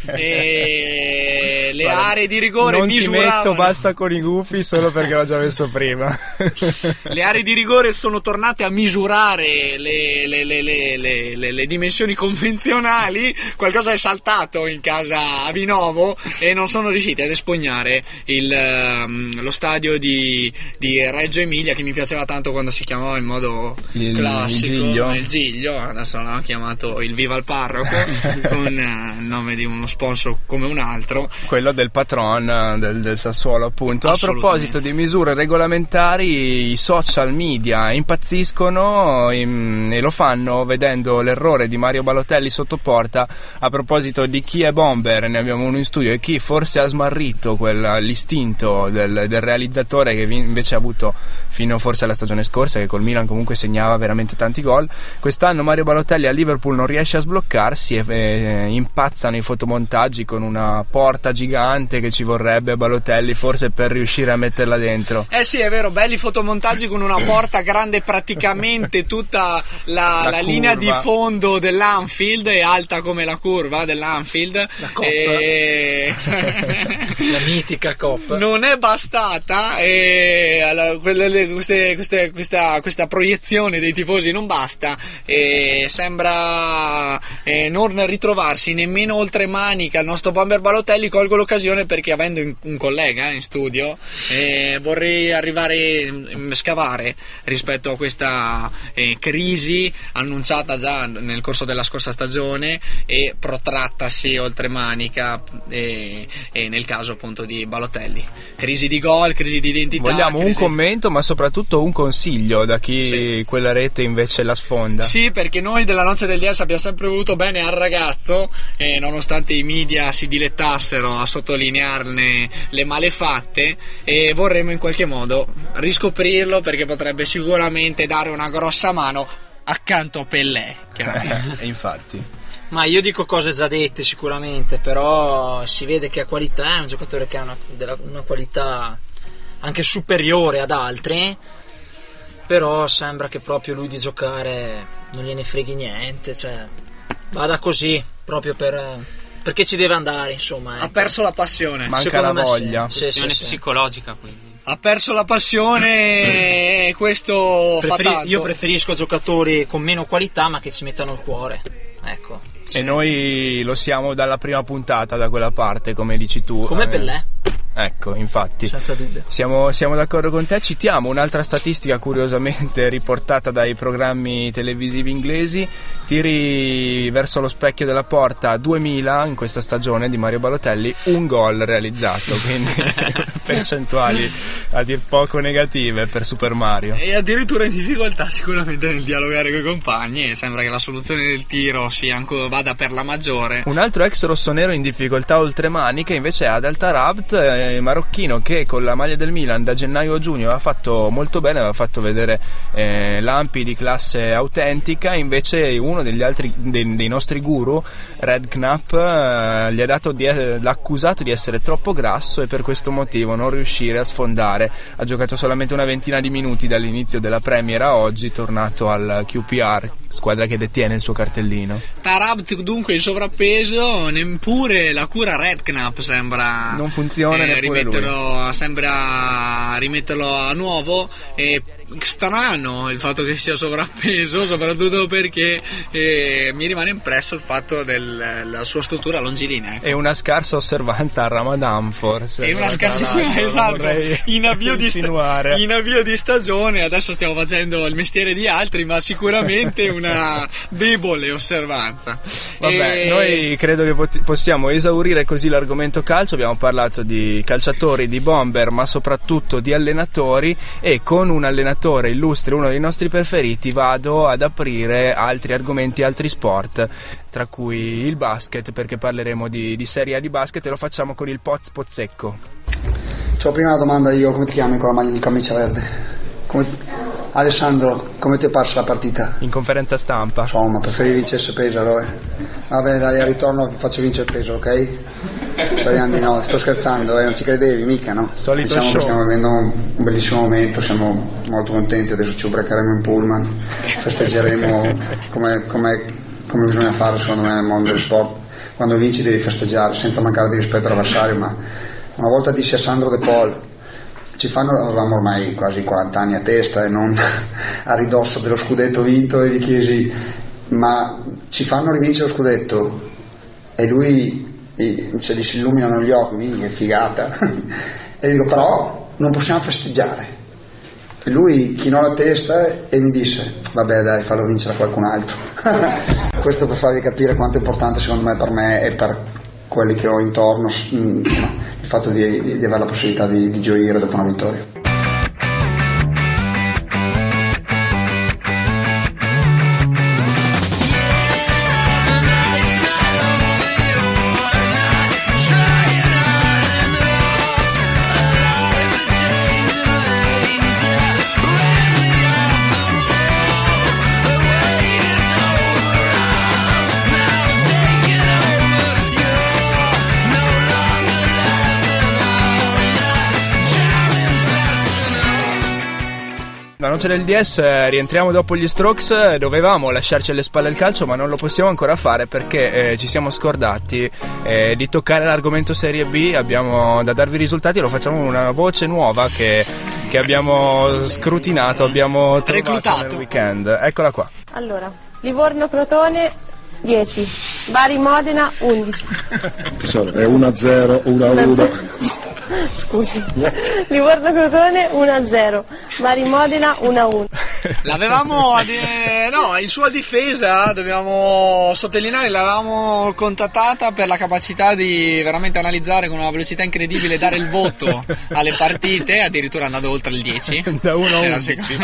S3: e le Guarda, aree di rigore
S5: non
S3: misuravano.
S5: Ti metto basta con i gufi solo perché l'ho già messo prima.
S3: Le aree di rigore sono tornate a misurare le, le, le, le, le, le, le dimensioni convenzionali. Qualcosa è saltato in casa a Vinovo e non sono riusciti ad espugnare il, um, lo stadio di, di Reggio Emilia, che mi piaceva tanto quando si chiamava in modo
S5: il,
S3: classico
S5: il Giglio.
S3: il Giglio, adesso l'hanno chiamato il Viva il Parroco, con uh, il nome di uno sponsor come un altro,
S5: quello del patron del, del Sassuolo, appunto. A proposito di misure regolamentari, i social media impazziscono in, e lo fanno vedendo l'errore di Mario Balotelli sotto porta. A proposito di chi è bomber, ne abbiamo uno in studio, e chi forse ha smarrito quel, l'istinto del, del realizzatore, che invece ha avuto fino forse alla stagione scorsa, che col Milan comunque segnava veramente tanti gol. Quest'anno Mario Balotelli a Liverpool non riesce a sbloccarsi e eh, impazzano i fotomontaggi con una porta gigante che ci vorrebbe a Balotelli forse per riuscire a metterla dentro.
S3: Eh sì, è vero, belli fotomontaggi con una porta grande praticamente tutta la, la, la linea di fondo dell'Anfield, e alta come la curva dell'Anfield.
S6: La Cop.
S3: E...
S6: la mitica Cop.
S3: Non è bastata, e alla, quelle, queste, queste, questa, questa proiezione dei tifosi non basta, e sembra eh, non ritrovarsi nemmeno oltre manica il nostro bomber Balotelli, colgo l'occasione perché avendo un collega in studio eh, vorrei arrivare a scavare rispetto a questa eh, crisi annunciata già nel corso della scorsa stagione e protrattasi oltre manica e, e nel caso appunto di Balotelli, crisi di gol, crisi di identità.
S5: Vogliamo
S3: crisi...
S5: un commento ma soprattutto un consiglio da chi sì. quella rete invece la sfonda.
S3: Sì, perché noi della Noce del D S abbiamo sempre voluto bene al ragazzo e nonostante i media si dilettassero a sottolinearne le malefatte e vorremmo in qualche modo riscoprirlo perché potrebbe sicuramente dare una grossa mano accanto a Pellè, chiaramente.
S5: Infatti.
S6: Ma io dico cose già dette sicuramente, però si vede che ha qualità, è un giocatore che ha una, della, una qualità anche superiore ad altri, però sembra che proprio lui di giocare non gliene freghi niente, cioè vada così proprio per... perché ci deve andare, insomma. Ecco.
S3: Ha perso la passione.
S5: Manca
S6: Secondo
S5: la voglia.
S7: Sì, questione
S6: sì, sì,
S7: psicologica quindi.
S3: Ha perso la passione e questo
S6: Preferi-
S3: fa tanto.
S6: Io preferisco giocatori con meno qualità ma che ci mettano il cuore, ecco.
S5: E noi lo siamo dalla prima puntata da quella parte, come dici tu.
S6: Come
S5: eh,
S6: Pellè.
S5: Ecco, infatti.
S6: Senza dubbio.
S5: Siamo, siamo d'accordo con te. Citiamo un'altra statistica curiosamente riportata dai programmi televisivi inglesi. Tiri verso lo specchio della porta duemila in questa stagione di Mario Balotelli, un gol realizzato, quindi percentuali a dir poco negative per Super Mario.
S3: E addirittura in difficoltà sicuramente nel dialogare con i compagni e sembra che la soluzione del tiro sia ancora, vada per la maggiore.
S5: Un altro ex rossonero in difficoltà oltre maniche invece è Adel Tarabt, eh, marocchino, che con la maglia del Milan da gennaio a giugno aveva fatto molto bene, aveva fatto vedere eh, lampi di classe autentica. Invece uno degli altri dei, dei nostri guru, Redknapp, eh, gli ha dato di, eh, l'ha accusato di essere troppo grasso e per questo motivo non riuscire a sfondare. Ha giocato solamente una ventina di minuti dall'inizio della Premier a oggi, tornato al Q P R, squadra che detiene il suo cartellino.
S3: Tarabt dunque in sovrappeso, neppure la cura Redknapp sembra
S5: non funziona,
S3: eh,
S5: neppure
S3: rimetterlo,
S5: lui.
S3: Sembra rimetterlo a nuovo. E strano il fatto che sia sovrappeso, soprattutto perché eh, mi rimane impresso il fatto della sua struttura longilinea, ecco.
S5: E una scarsa osservanza al Ramadan, forse.
S3: E una scarsissima, esatto, in avvio, di sta- in avvio di stagione. Adesso stiamo facendo il mestiere di altri, ma sicuramente una debole osservanza.
S5: Vabbè,
S3: e...
S5: noi credo che pot- possiamo esaurire così l'argomento calcio. Abbiamo parlato di calciatori, di bomber, ma soprattutto di allenatori, e con un allenatore illustre, uno dei nostri preferiti, vado ad aprire altri argomenti, altri sport, tra cui il basket, perché parleremo di, di Serie A di basket e lo facciamo con il Poz Pozzecco.
S21: C'ho prima una domanda io, come ti chiami con la maglia di camicia verde? Come... Alessandro, come ti è parsa la partita?
S5: In conferenza stampa.
S21: Insomma, preferivi vincesse Pesaro, eh? Vabbè, dai, al ritorno vi faccio vincere Pesaro, ok? Speriamo di no, sto scherzando, eh? Non ci credevi mica, no?
S5: Solito
S21: diciamo
S5: show.
S21: Che stiamo vivendo un bellissimo momento, siamo molto contenti, adesso ci ubriacheremo in pullman, festeggeremo come, come, come bisogna fare secondo me nel mondo dello sport. Quando vinci devi festeggiare senza mancare di rispetto all'avversario, ma una volta disse a Sandro De Paul: ci fanno, avevamo ormai quasi quaranta anni a testa e non a ridosso dello scudetto vinto, e gli chiesi: ma ci fanno rivincere lo scudetto? E lui se gli si illuminano gli occhi, che figata. E dico: però non possiamo festeggiare. E lui chinò la testa e mi disse: vabbè dai, fallo vincere a qualcun altro. Questo per farvi capire quanto è importante secondo me, per me e per quelli che ho intorno, insomma, il fatto di, di, di avere la possibilità di, di gioire dopo una vittoria.
S5: La noce del D S, rientriamo dopo gli Strokes. Dovevamo lasciarci alle spalle il calcio, ma non lo possiamo ancora fare perché eh, ci siamo scordati eh, di toccare l'argomento Serie B. Abbiamo da darvi i risultati e lo facciamo con una voce nuova che, che abbiamo scrutinato, abbiamo trovato nel weekend. Eccola qua.
S12: Allora, Livorno-Crotone dieci. Bari Modena undici.
S1: È uno a zero, uno a uno.
S12: Scusi. Livorno Crotone uno a zero. Bari Modena uno a uno.
S3: L'avevamo eh, no, in sua difesa dobbiamo sottolineare, l'avevamo contattata per la capacità di veramente analizzare con una velocità incredibile, dare il voto alle partite, addirittura andando oltre il dieci.
S5: Da uno a uno.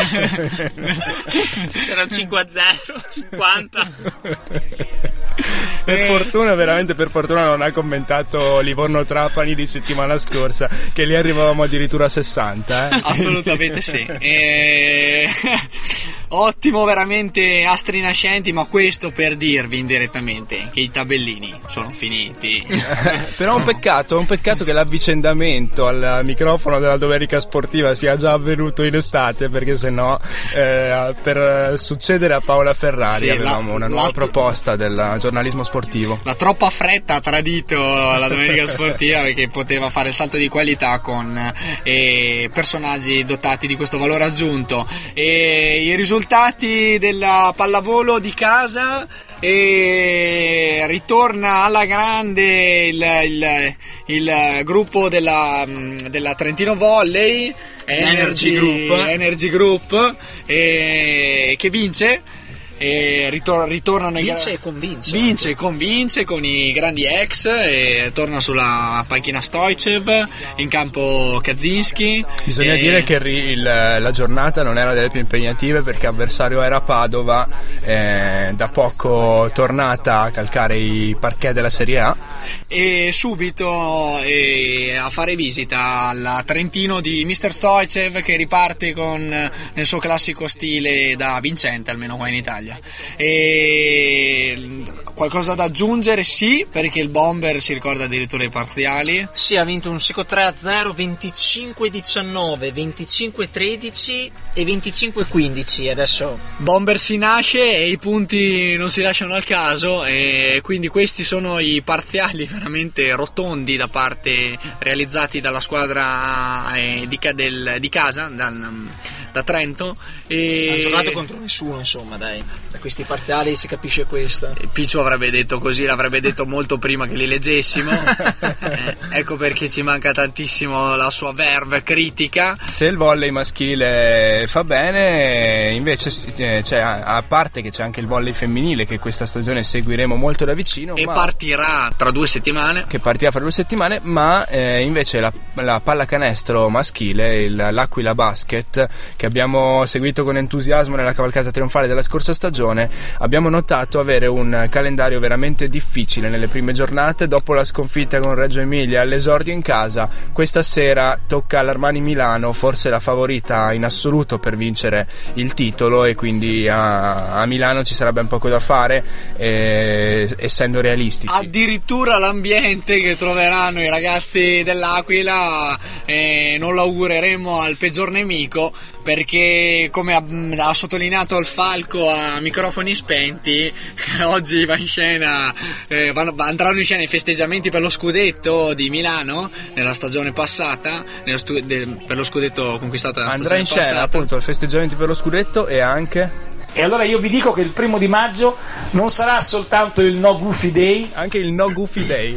S7: C'era il cinque a zero, cinquanta.
S5: Per fortuna, veramente per fortuna non ha commentato Livorno Trapani di settimana scorsa, che lì arrivavamo addirittura a sessanta. Eh?
S3: Assolutamente sì. E... ottimo, veramente astri nascenti, ma questo per dirvi indirettamente che i tabellini sono finiti.
S5: Però è un peccato, è un peccato che l'avvicendamento al microfono della Domenica Sportiva sia già avvenuto in estate, perché sennò eh, per succedere a Paola Ferrari sì, avevamo la, una nuova la... proposta del giornalismo sportivo.
S3: La troppa fretta ha tradito la Domenica Sportiva, perché poteva fare il salto di qualità con eh, personaggi dotati di questo valore aggiunto. E i risultati della pallavolo di casa, e ritorna alla grande il, il, il gruppo della, della Trentino Volley Energy,
S6: Energy Group,
S3: Energy Group e, che vince. E ritor- ritornano
S6: vince
S3: i gra-
S6: e convince
S3: vince e convince con i grandi ex, e torna sulla panchina Stoichev, in campo Kaczynski.
S5: Bisogna
S3: e... dire
S5: che il, la giornata non era delle più impegnative, perché avversario era Padova, eh, da poco tornata a calcare i parquet della Serie A,
S3: e subito eh, a fare visita al Trentino di mister Stoichev, che riparte con nel suo classico stile da vincente, almeno qua in Italia. E qualcosa da aggiungere? Sì, perché il Bomber si ricorda addirittura i parziali.
S6: Sì, ha vinto un secco tre a zero, venticinque diciannove, venticinque tredici e venticinque quindici. Adesso
S3: Bomber si nasce e i punti non si lasciano al caso, e quindi questi sono i parziali veramente rotondi da parte realizzati dalla squadra eh, di, del, di casa, dal, da Trento. E...
S6: ha giocato contro nessuno, insomma, dai, da questi parziali si capisce questo.
S3: Picciu avrebbe detto così, l'avrebbe detto molto prima che li leggessimo. eh, ecco perché ci manca tantissimo la sua verve critica.
S5: Se il volley maschile fa bene, invece cioè, a parte che c'è anche il volley femminile, che questa stagione seguiremo molto da vicino,
S3: e
S5: ma...
S3: partirà tra due settimane
S5: che partirà fra due settimane ma eh, invece la, la pallacanestro maschile, il, l'Aquila Basket, che abbiamo seguito con entusiasmo nella cavalcata trionfale della scorsa stagione, abbiamo notato avere un calendario veramente difficile nelle prime giornate. Dopo la sconfitta con Reggio Emilia all'esordio in casa, questa sera tocca all'Armani Milano, forse la favorita in assoluto per vincere il titolo, e quindi a, a Milano ci sarà ben poco da fare, eh, essendo realistici.
S3: Addirittura l'ambiente che troveranno i ragazzi dell'Aquila eh, non lo augureremo al peggior nemico, perché come ha, ha sottolineato il Falco a microfoni spenti, oggi va in scena eh, vanno, andranno in scena i festeggiamenti per lo scudetto di Milano nella stagione passata, nello stu- del, per lo scudetto conquistato nella
S5: andrà
S3: stagione
S5: in scena
S3: passata.
S5: Appunto i festeggiamenti per lo scudetto, e anche
S17: E allora io vi dico che il primo di maggio non sarà soltanto il No Goofy Day,
S5: anche il No Goofy Day.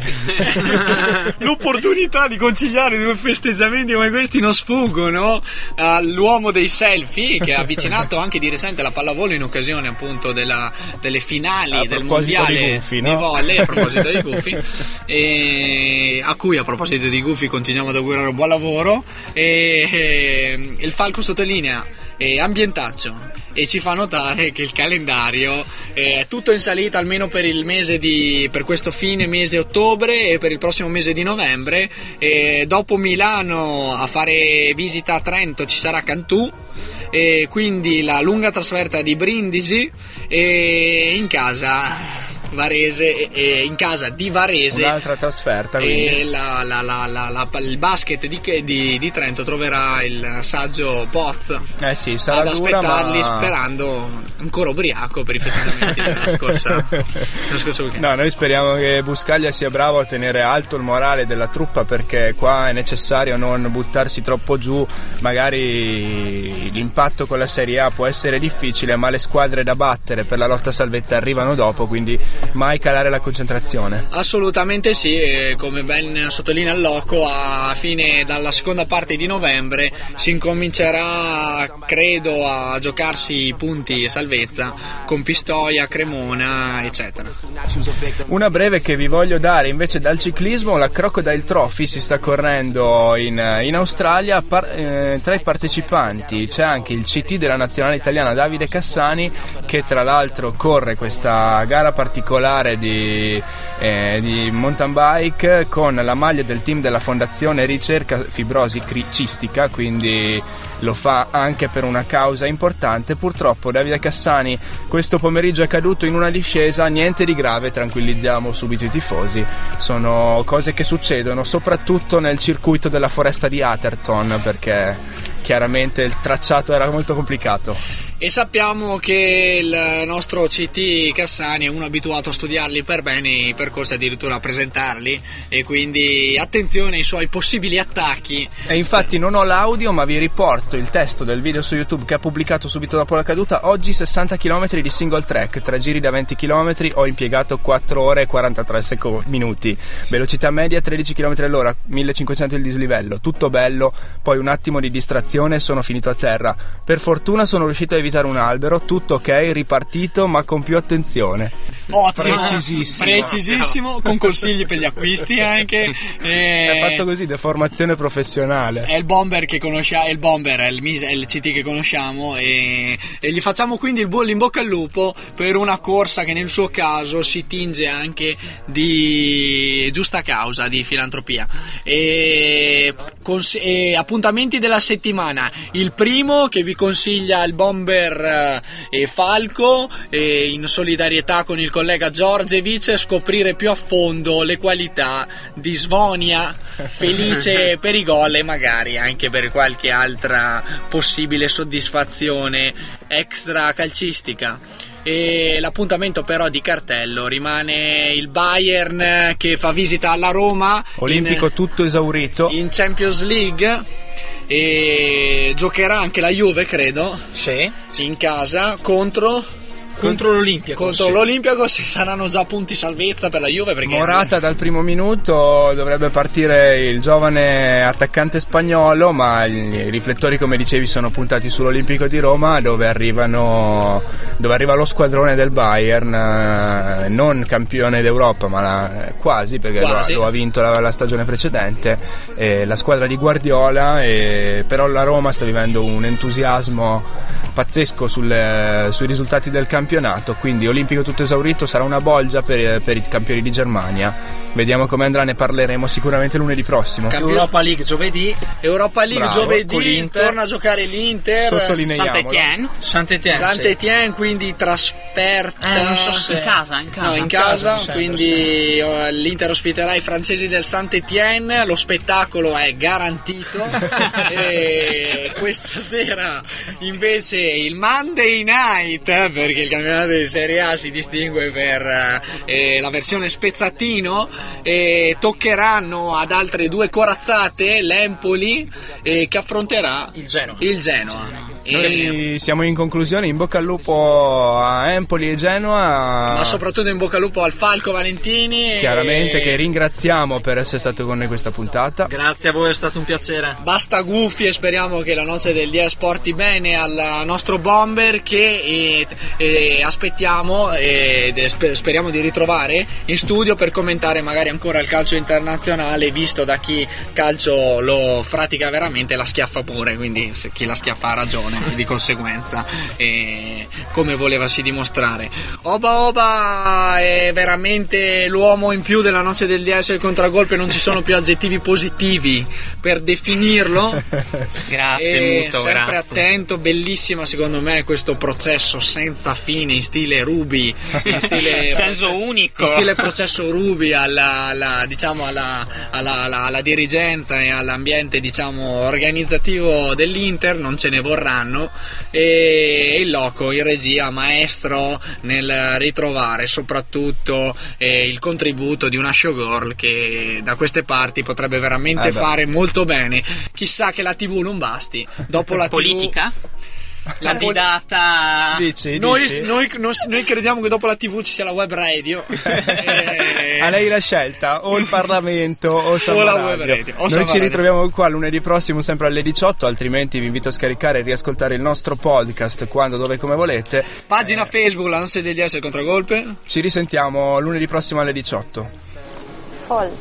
S3: L'opportunità di conciliare due festeggiamenti come questi non sfuggono all'uomo dei selfie, che ha avvicinato anche di recente la pallavolo in occasione appunto della, delle finali
S5: a
S3: del mondiale
S5: di, Goofy, no?
S3: di volley, a proposito di Goofy, e a cui a proposito di Goofy continuiamo ad augurare un buon lavoro. E, e il Falco sottolinea e ambientaccio, e ci fa notare che il calendario è tutto in salita, almeno per il mese di per questo fine mese ottobre e per il prossimo mese di novembre. E dopo Milano a fare visita a Trento ci sarà Cantù, e quindi la lunga trasferta di Brindisi, e in casa Varese, e in casa di Varese
S5: un'altra trasferta,
S3: e la, la, la, la, la, il basket di, di, di Trento troverà il saggio Poz
S5: eh sì, sarà
S3: ad
S5: dura,
S3: aspettarli,
S5: ma...
S3: sperando ancora ubriaco per i festeggiamenti della scorsa, della scorsa weekend.
S5: No, noi speriamo che Buscaglia sia bravo a tenere alto il morale della truppa, perché qua è necessario non buttarsi troppo giù. Magari l'impatto con la Serie A può essere difficile, ma le squadre da battere per la lotta a salvezza arrivano dopo, quindi mai calare la concentrazione.
S3: Assolutamente sì, e come ben sottolinea il Loco, a fine dalla seconda parte di novembre si incomincerà, credo, a giocarsi i punti salvezza con Pistoia, Cremona, eccetera.
S5: Una breve che vi voglio dare invece dal ciclismo: la Crocodile Trophy si sta correndo in, in Australia. Par, eh, tra i partecipanti c'è anche il C T della nazionale italiana Davide Cassani, che tra l'altro corre questa gara particolare di, eh, di mountain bike con la maglia del team della Fondazione Ricerca Fibrosi Cistica, quindi lo fa anche per una causa importante. Purtroppo Davide Cassani questo pomeriggio è caduto in una discesa, niente di grave, tranquillizziamo subito i tifosi, sono cose che succedono soprattutto nel circuito della foresta di Atherton, perché chiaramente il tracciato era molto complicato.
S3: E sappiamo che il nostro C T Cassani è uno abituato a studiarli per bene, i percorsi addirittura a presentarli, e quindi attenzione ai suoi possibili attacchi.
S5: E infatti non ho l'audio, ma vi riporto il testo del video su YouTube che ha pubblicato subito dopo la caduta. Oggi sessanta chilometri di single track, tre giri da venti chilometri, ho impiegato quattro ore e quarantatré secondi, minuti, velocità media tredici chilometri all'ora, millecinquecento il dislivello, tutto bello, poi un attimo di distrazione e sono finito a terra. Per fortuna sono riuscito a evitare un albero, tutto ok, ripartito, ma con più attenzione.
S3: Ottimo,
S5: precisissimo,
S3: precisissimo, con consigli per gli acquisti anche. E...
S5: è fatto così, deformazione professionale.
S3: È il bomber che conosciamo, è il bomber, è il, è il C T che conosciamo, e, e gli facciamo quindi il buon in bocca al lupo per una corsa che nel suo caso si tinge anche di giusta causa, di filantropia. E, cons- e appuntamenti della settimana: il primo che vi consiglia il bomber e Falco, e in solidarietà con il collega Giorgevic, scoprire più a fondo le qualità di Svonia, felice per i gol e magari anche per qualche altra possibile soddisfazione extra calcistica. E l'appuntamento però di cartello rimane il Bayern che fa visita alla Roma,
S5: olimpico in, tutto esaurito
S3: in Champions League, e giocherà anche la Juve, credo,
S6: sì,
S3: in casa contro
S6: contro l'Olimpiakos.
S3: Contro
S6: sì.
S3: l'Olimpiakos saranno già punti salvezza per la Juve, perché
S5: Morata dal primo minuto dovrebbe partire il giovane attaccante spagnolo, ma i riflettori, come dicevi, sono puntati sull'Olimpico di Roma, dove arrivano dove arriva lo squadrone del Bayern, non campione d'Europa, ma la, quasi, perché quasi. Lo, lo ha vinto la, la stagione precedente, eh, la squadra di Guardiola, e, però la Roma sta vivendo un entusiasmo pazzesco sulle, sui risultati del campionato, quindi olimpico tutto esaurito, sarà una bolgia per, per i campioni di Germania. Vediamo come andrà, ne parleremo sicuramente lunedì prossimo.
S6: Campion- Europa League giovedì.
S3: Europa League
S5: Bravo,
S3: giovedì, torna a giocare l'Inter.
S7: Sant'Etienne.
S6: Sant'Etienne,
S3: Sant'Etienne, sì. Quindi trasferta.
S7: Eh, non so se... In casa, in casa.
S3: No, in, in casa, casa quindi sempre, sì. L'Inter ospiterà i francesi del Sant'Etienne, lo spettacolo è garantito. E questa sera invece il Monday Night, perché il campionato di Serie A si distingue per eh, la versione spezzatino, e toccheranno ad altre due corazzate, l'Empoli, eh, che affronterà
S6: il Genoa.
S3: Il Genoa.
S5: Noi siamo in conclusione, in bocca al lupo a Empoli e Genoa,
S3: ma soprattutto in bocca al lupo al Falco Valentini,
S5: chiaramente,
S3: e...
S5: che ringraziamo per essere stato con noi questa puntata.
S6: Grazie a voi, è stato un piacere.
S3: Basta gufi, e speriamo che la noce del Dies porti bene al nostro bomber, che eh, eh, aspettiamo e eh, speriamo di ritrovare in studio per commentare magari ancora il calcio internazionale, visto da chi calcio lo pratica veramente, la schiaffa pure, quindi chi la schiaffa ha ragione di conseguenza, eh, come volevasi dimostrare. Oba Oba è veramente l'uomo in più della noce del D S il contragolpe, non ci sono più aggettivi positivi per definirlo.
S7: Grazie,
S3: e
S7: muto,
S3: sempre
S7: grazie.
S3: attento, bellissima secondo me questo processo senza fine in stile Ruby, in stile
S7: senso unico,
S3: in stile processo Ruby alla, alla diciamo alla, alla, alla, alla dirigenza e all'ambiente, diciamo, organizzativo dell'Inter. Non ce ne vorranno, e il Loco in regia, maestro nel ritrovare soprattutto eh, il contributo di una showgirl che da queste parti potrebbe veramente
S5: eh
S3: fare molto bene. Chissà che la tivù non basti dopo la
S7: politica?
S3: tivù.
S7: la didata.
S5: Dici,
S3: Noi,
S5: dici?
S3: noi, noi, noi crediamo che dopo la tivù ci sia la web radio. E...
S5: A lei la scelta, o il Parlamento o Samba
S3: la
S5: Radio.
S3: web radio, o
S5: Noi
S3: Samba
S5: ci
S3: Radio.
S5: ritroviamo qua lunedì prossimo sempre alle diciotto, altrimenti vi invito a scaricare e riascoltare il nostro podcast quando, dove, come volete.
S3: Pagina Facebook, la nostra D D S il contragolpe.
S5: Ci risentiamo lunedì prossimo alle diciotto.
S12: Fold.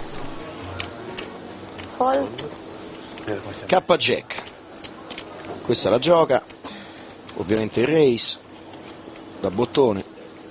S12: Fold.
S2: K Jack. Questa la gioca. Ovviamente il race. Da bottone.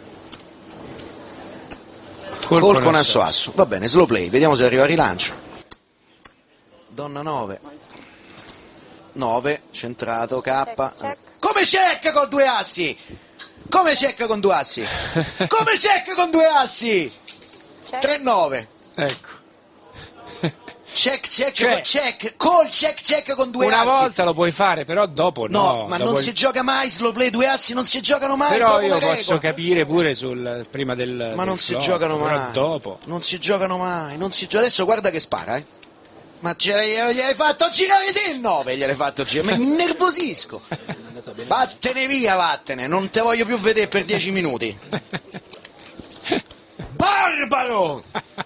S2: Col, Col con asso asso. Va bene, slow play. Vediamo se arriva il rilancio. Donna nove. nove, centrato, K. Come check con due assi? Come check con due assi? Come check con due assi? tre nove.
S22: Ecco.
S2: Check, check,
S22: Cioè,
S2: check, call, check, check con due
S22: una
S2: assi.
S22: Una volta lo puoi fare, però dopo no.
S2: No, ma
S22: dopo
S2: non
S22: il...
S2: si gioca mai slow play, due assi non si giocano mai.
S22: Però io
S2: regola.
S22: posso capire pure sul prima del
S2: Ma
S22: del
S2: non si
S22: flop,
S2: giocano
S22: però
S2: mai.
S22: dopo.
S2: Non si giocano mai, non si gio- adesso guarda che spara, eh. Ma gliel'hai gliel'hai fatto girare te il nove, gliel'hai fatto girare, mi innervosisco. Vattene via, vattene, non te voglio più vedere per dieci minuti. Barbaro!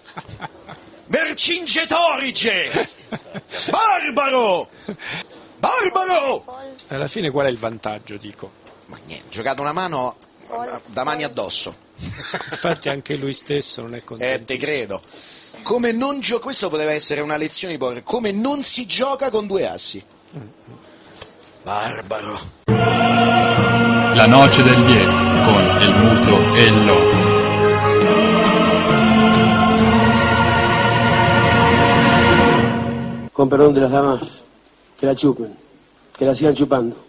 S2: Vercingetorige! Barbaro! Barbaro!
S22: Alla fine qual è il vantaggio, dico?
S2: Ma niente, giocato una mano da mani addosso.
S22: Infatti anche lui stesso non è contento.
S2: Eh, te credo. Come non gio- questo poteva essere una lezione di poker. Come non si gioca con due assi. Barbaro.
S23: La noce del diez con el muto e il loco.
S24: Con perdón de las damas, que la chupen, que la sigan chupando.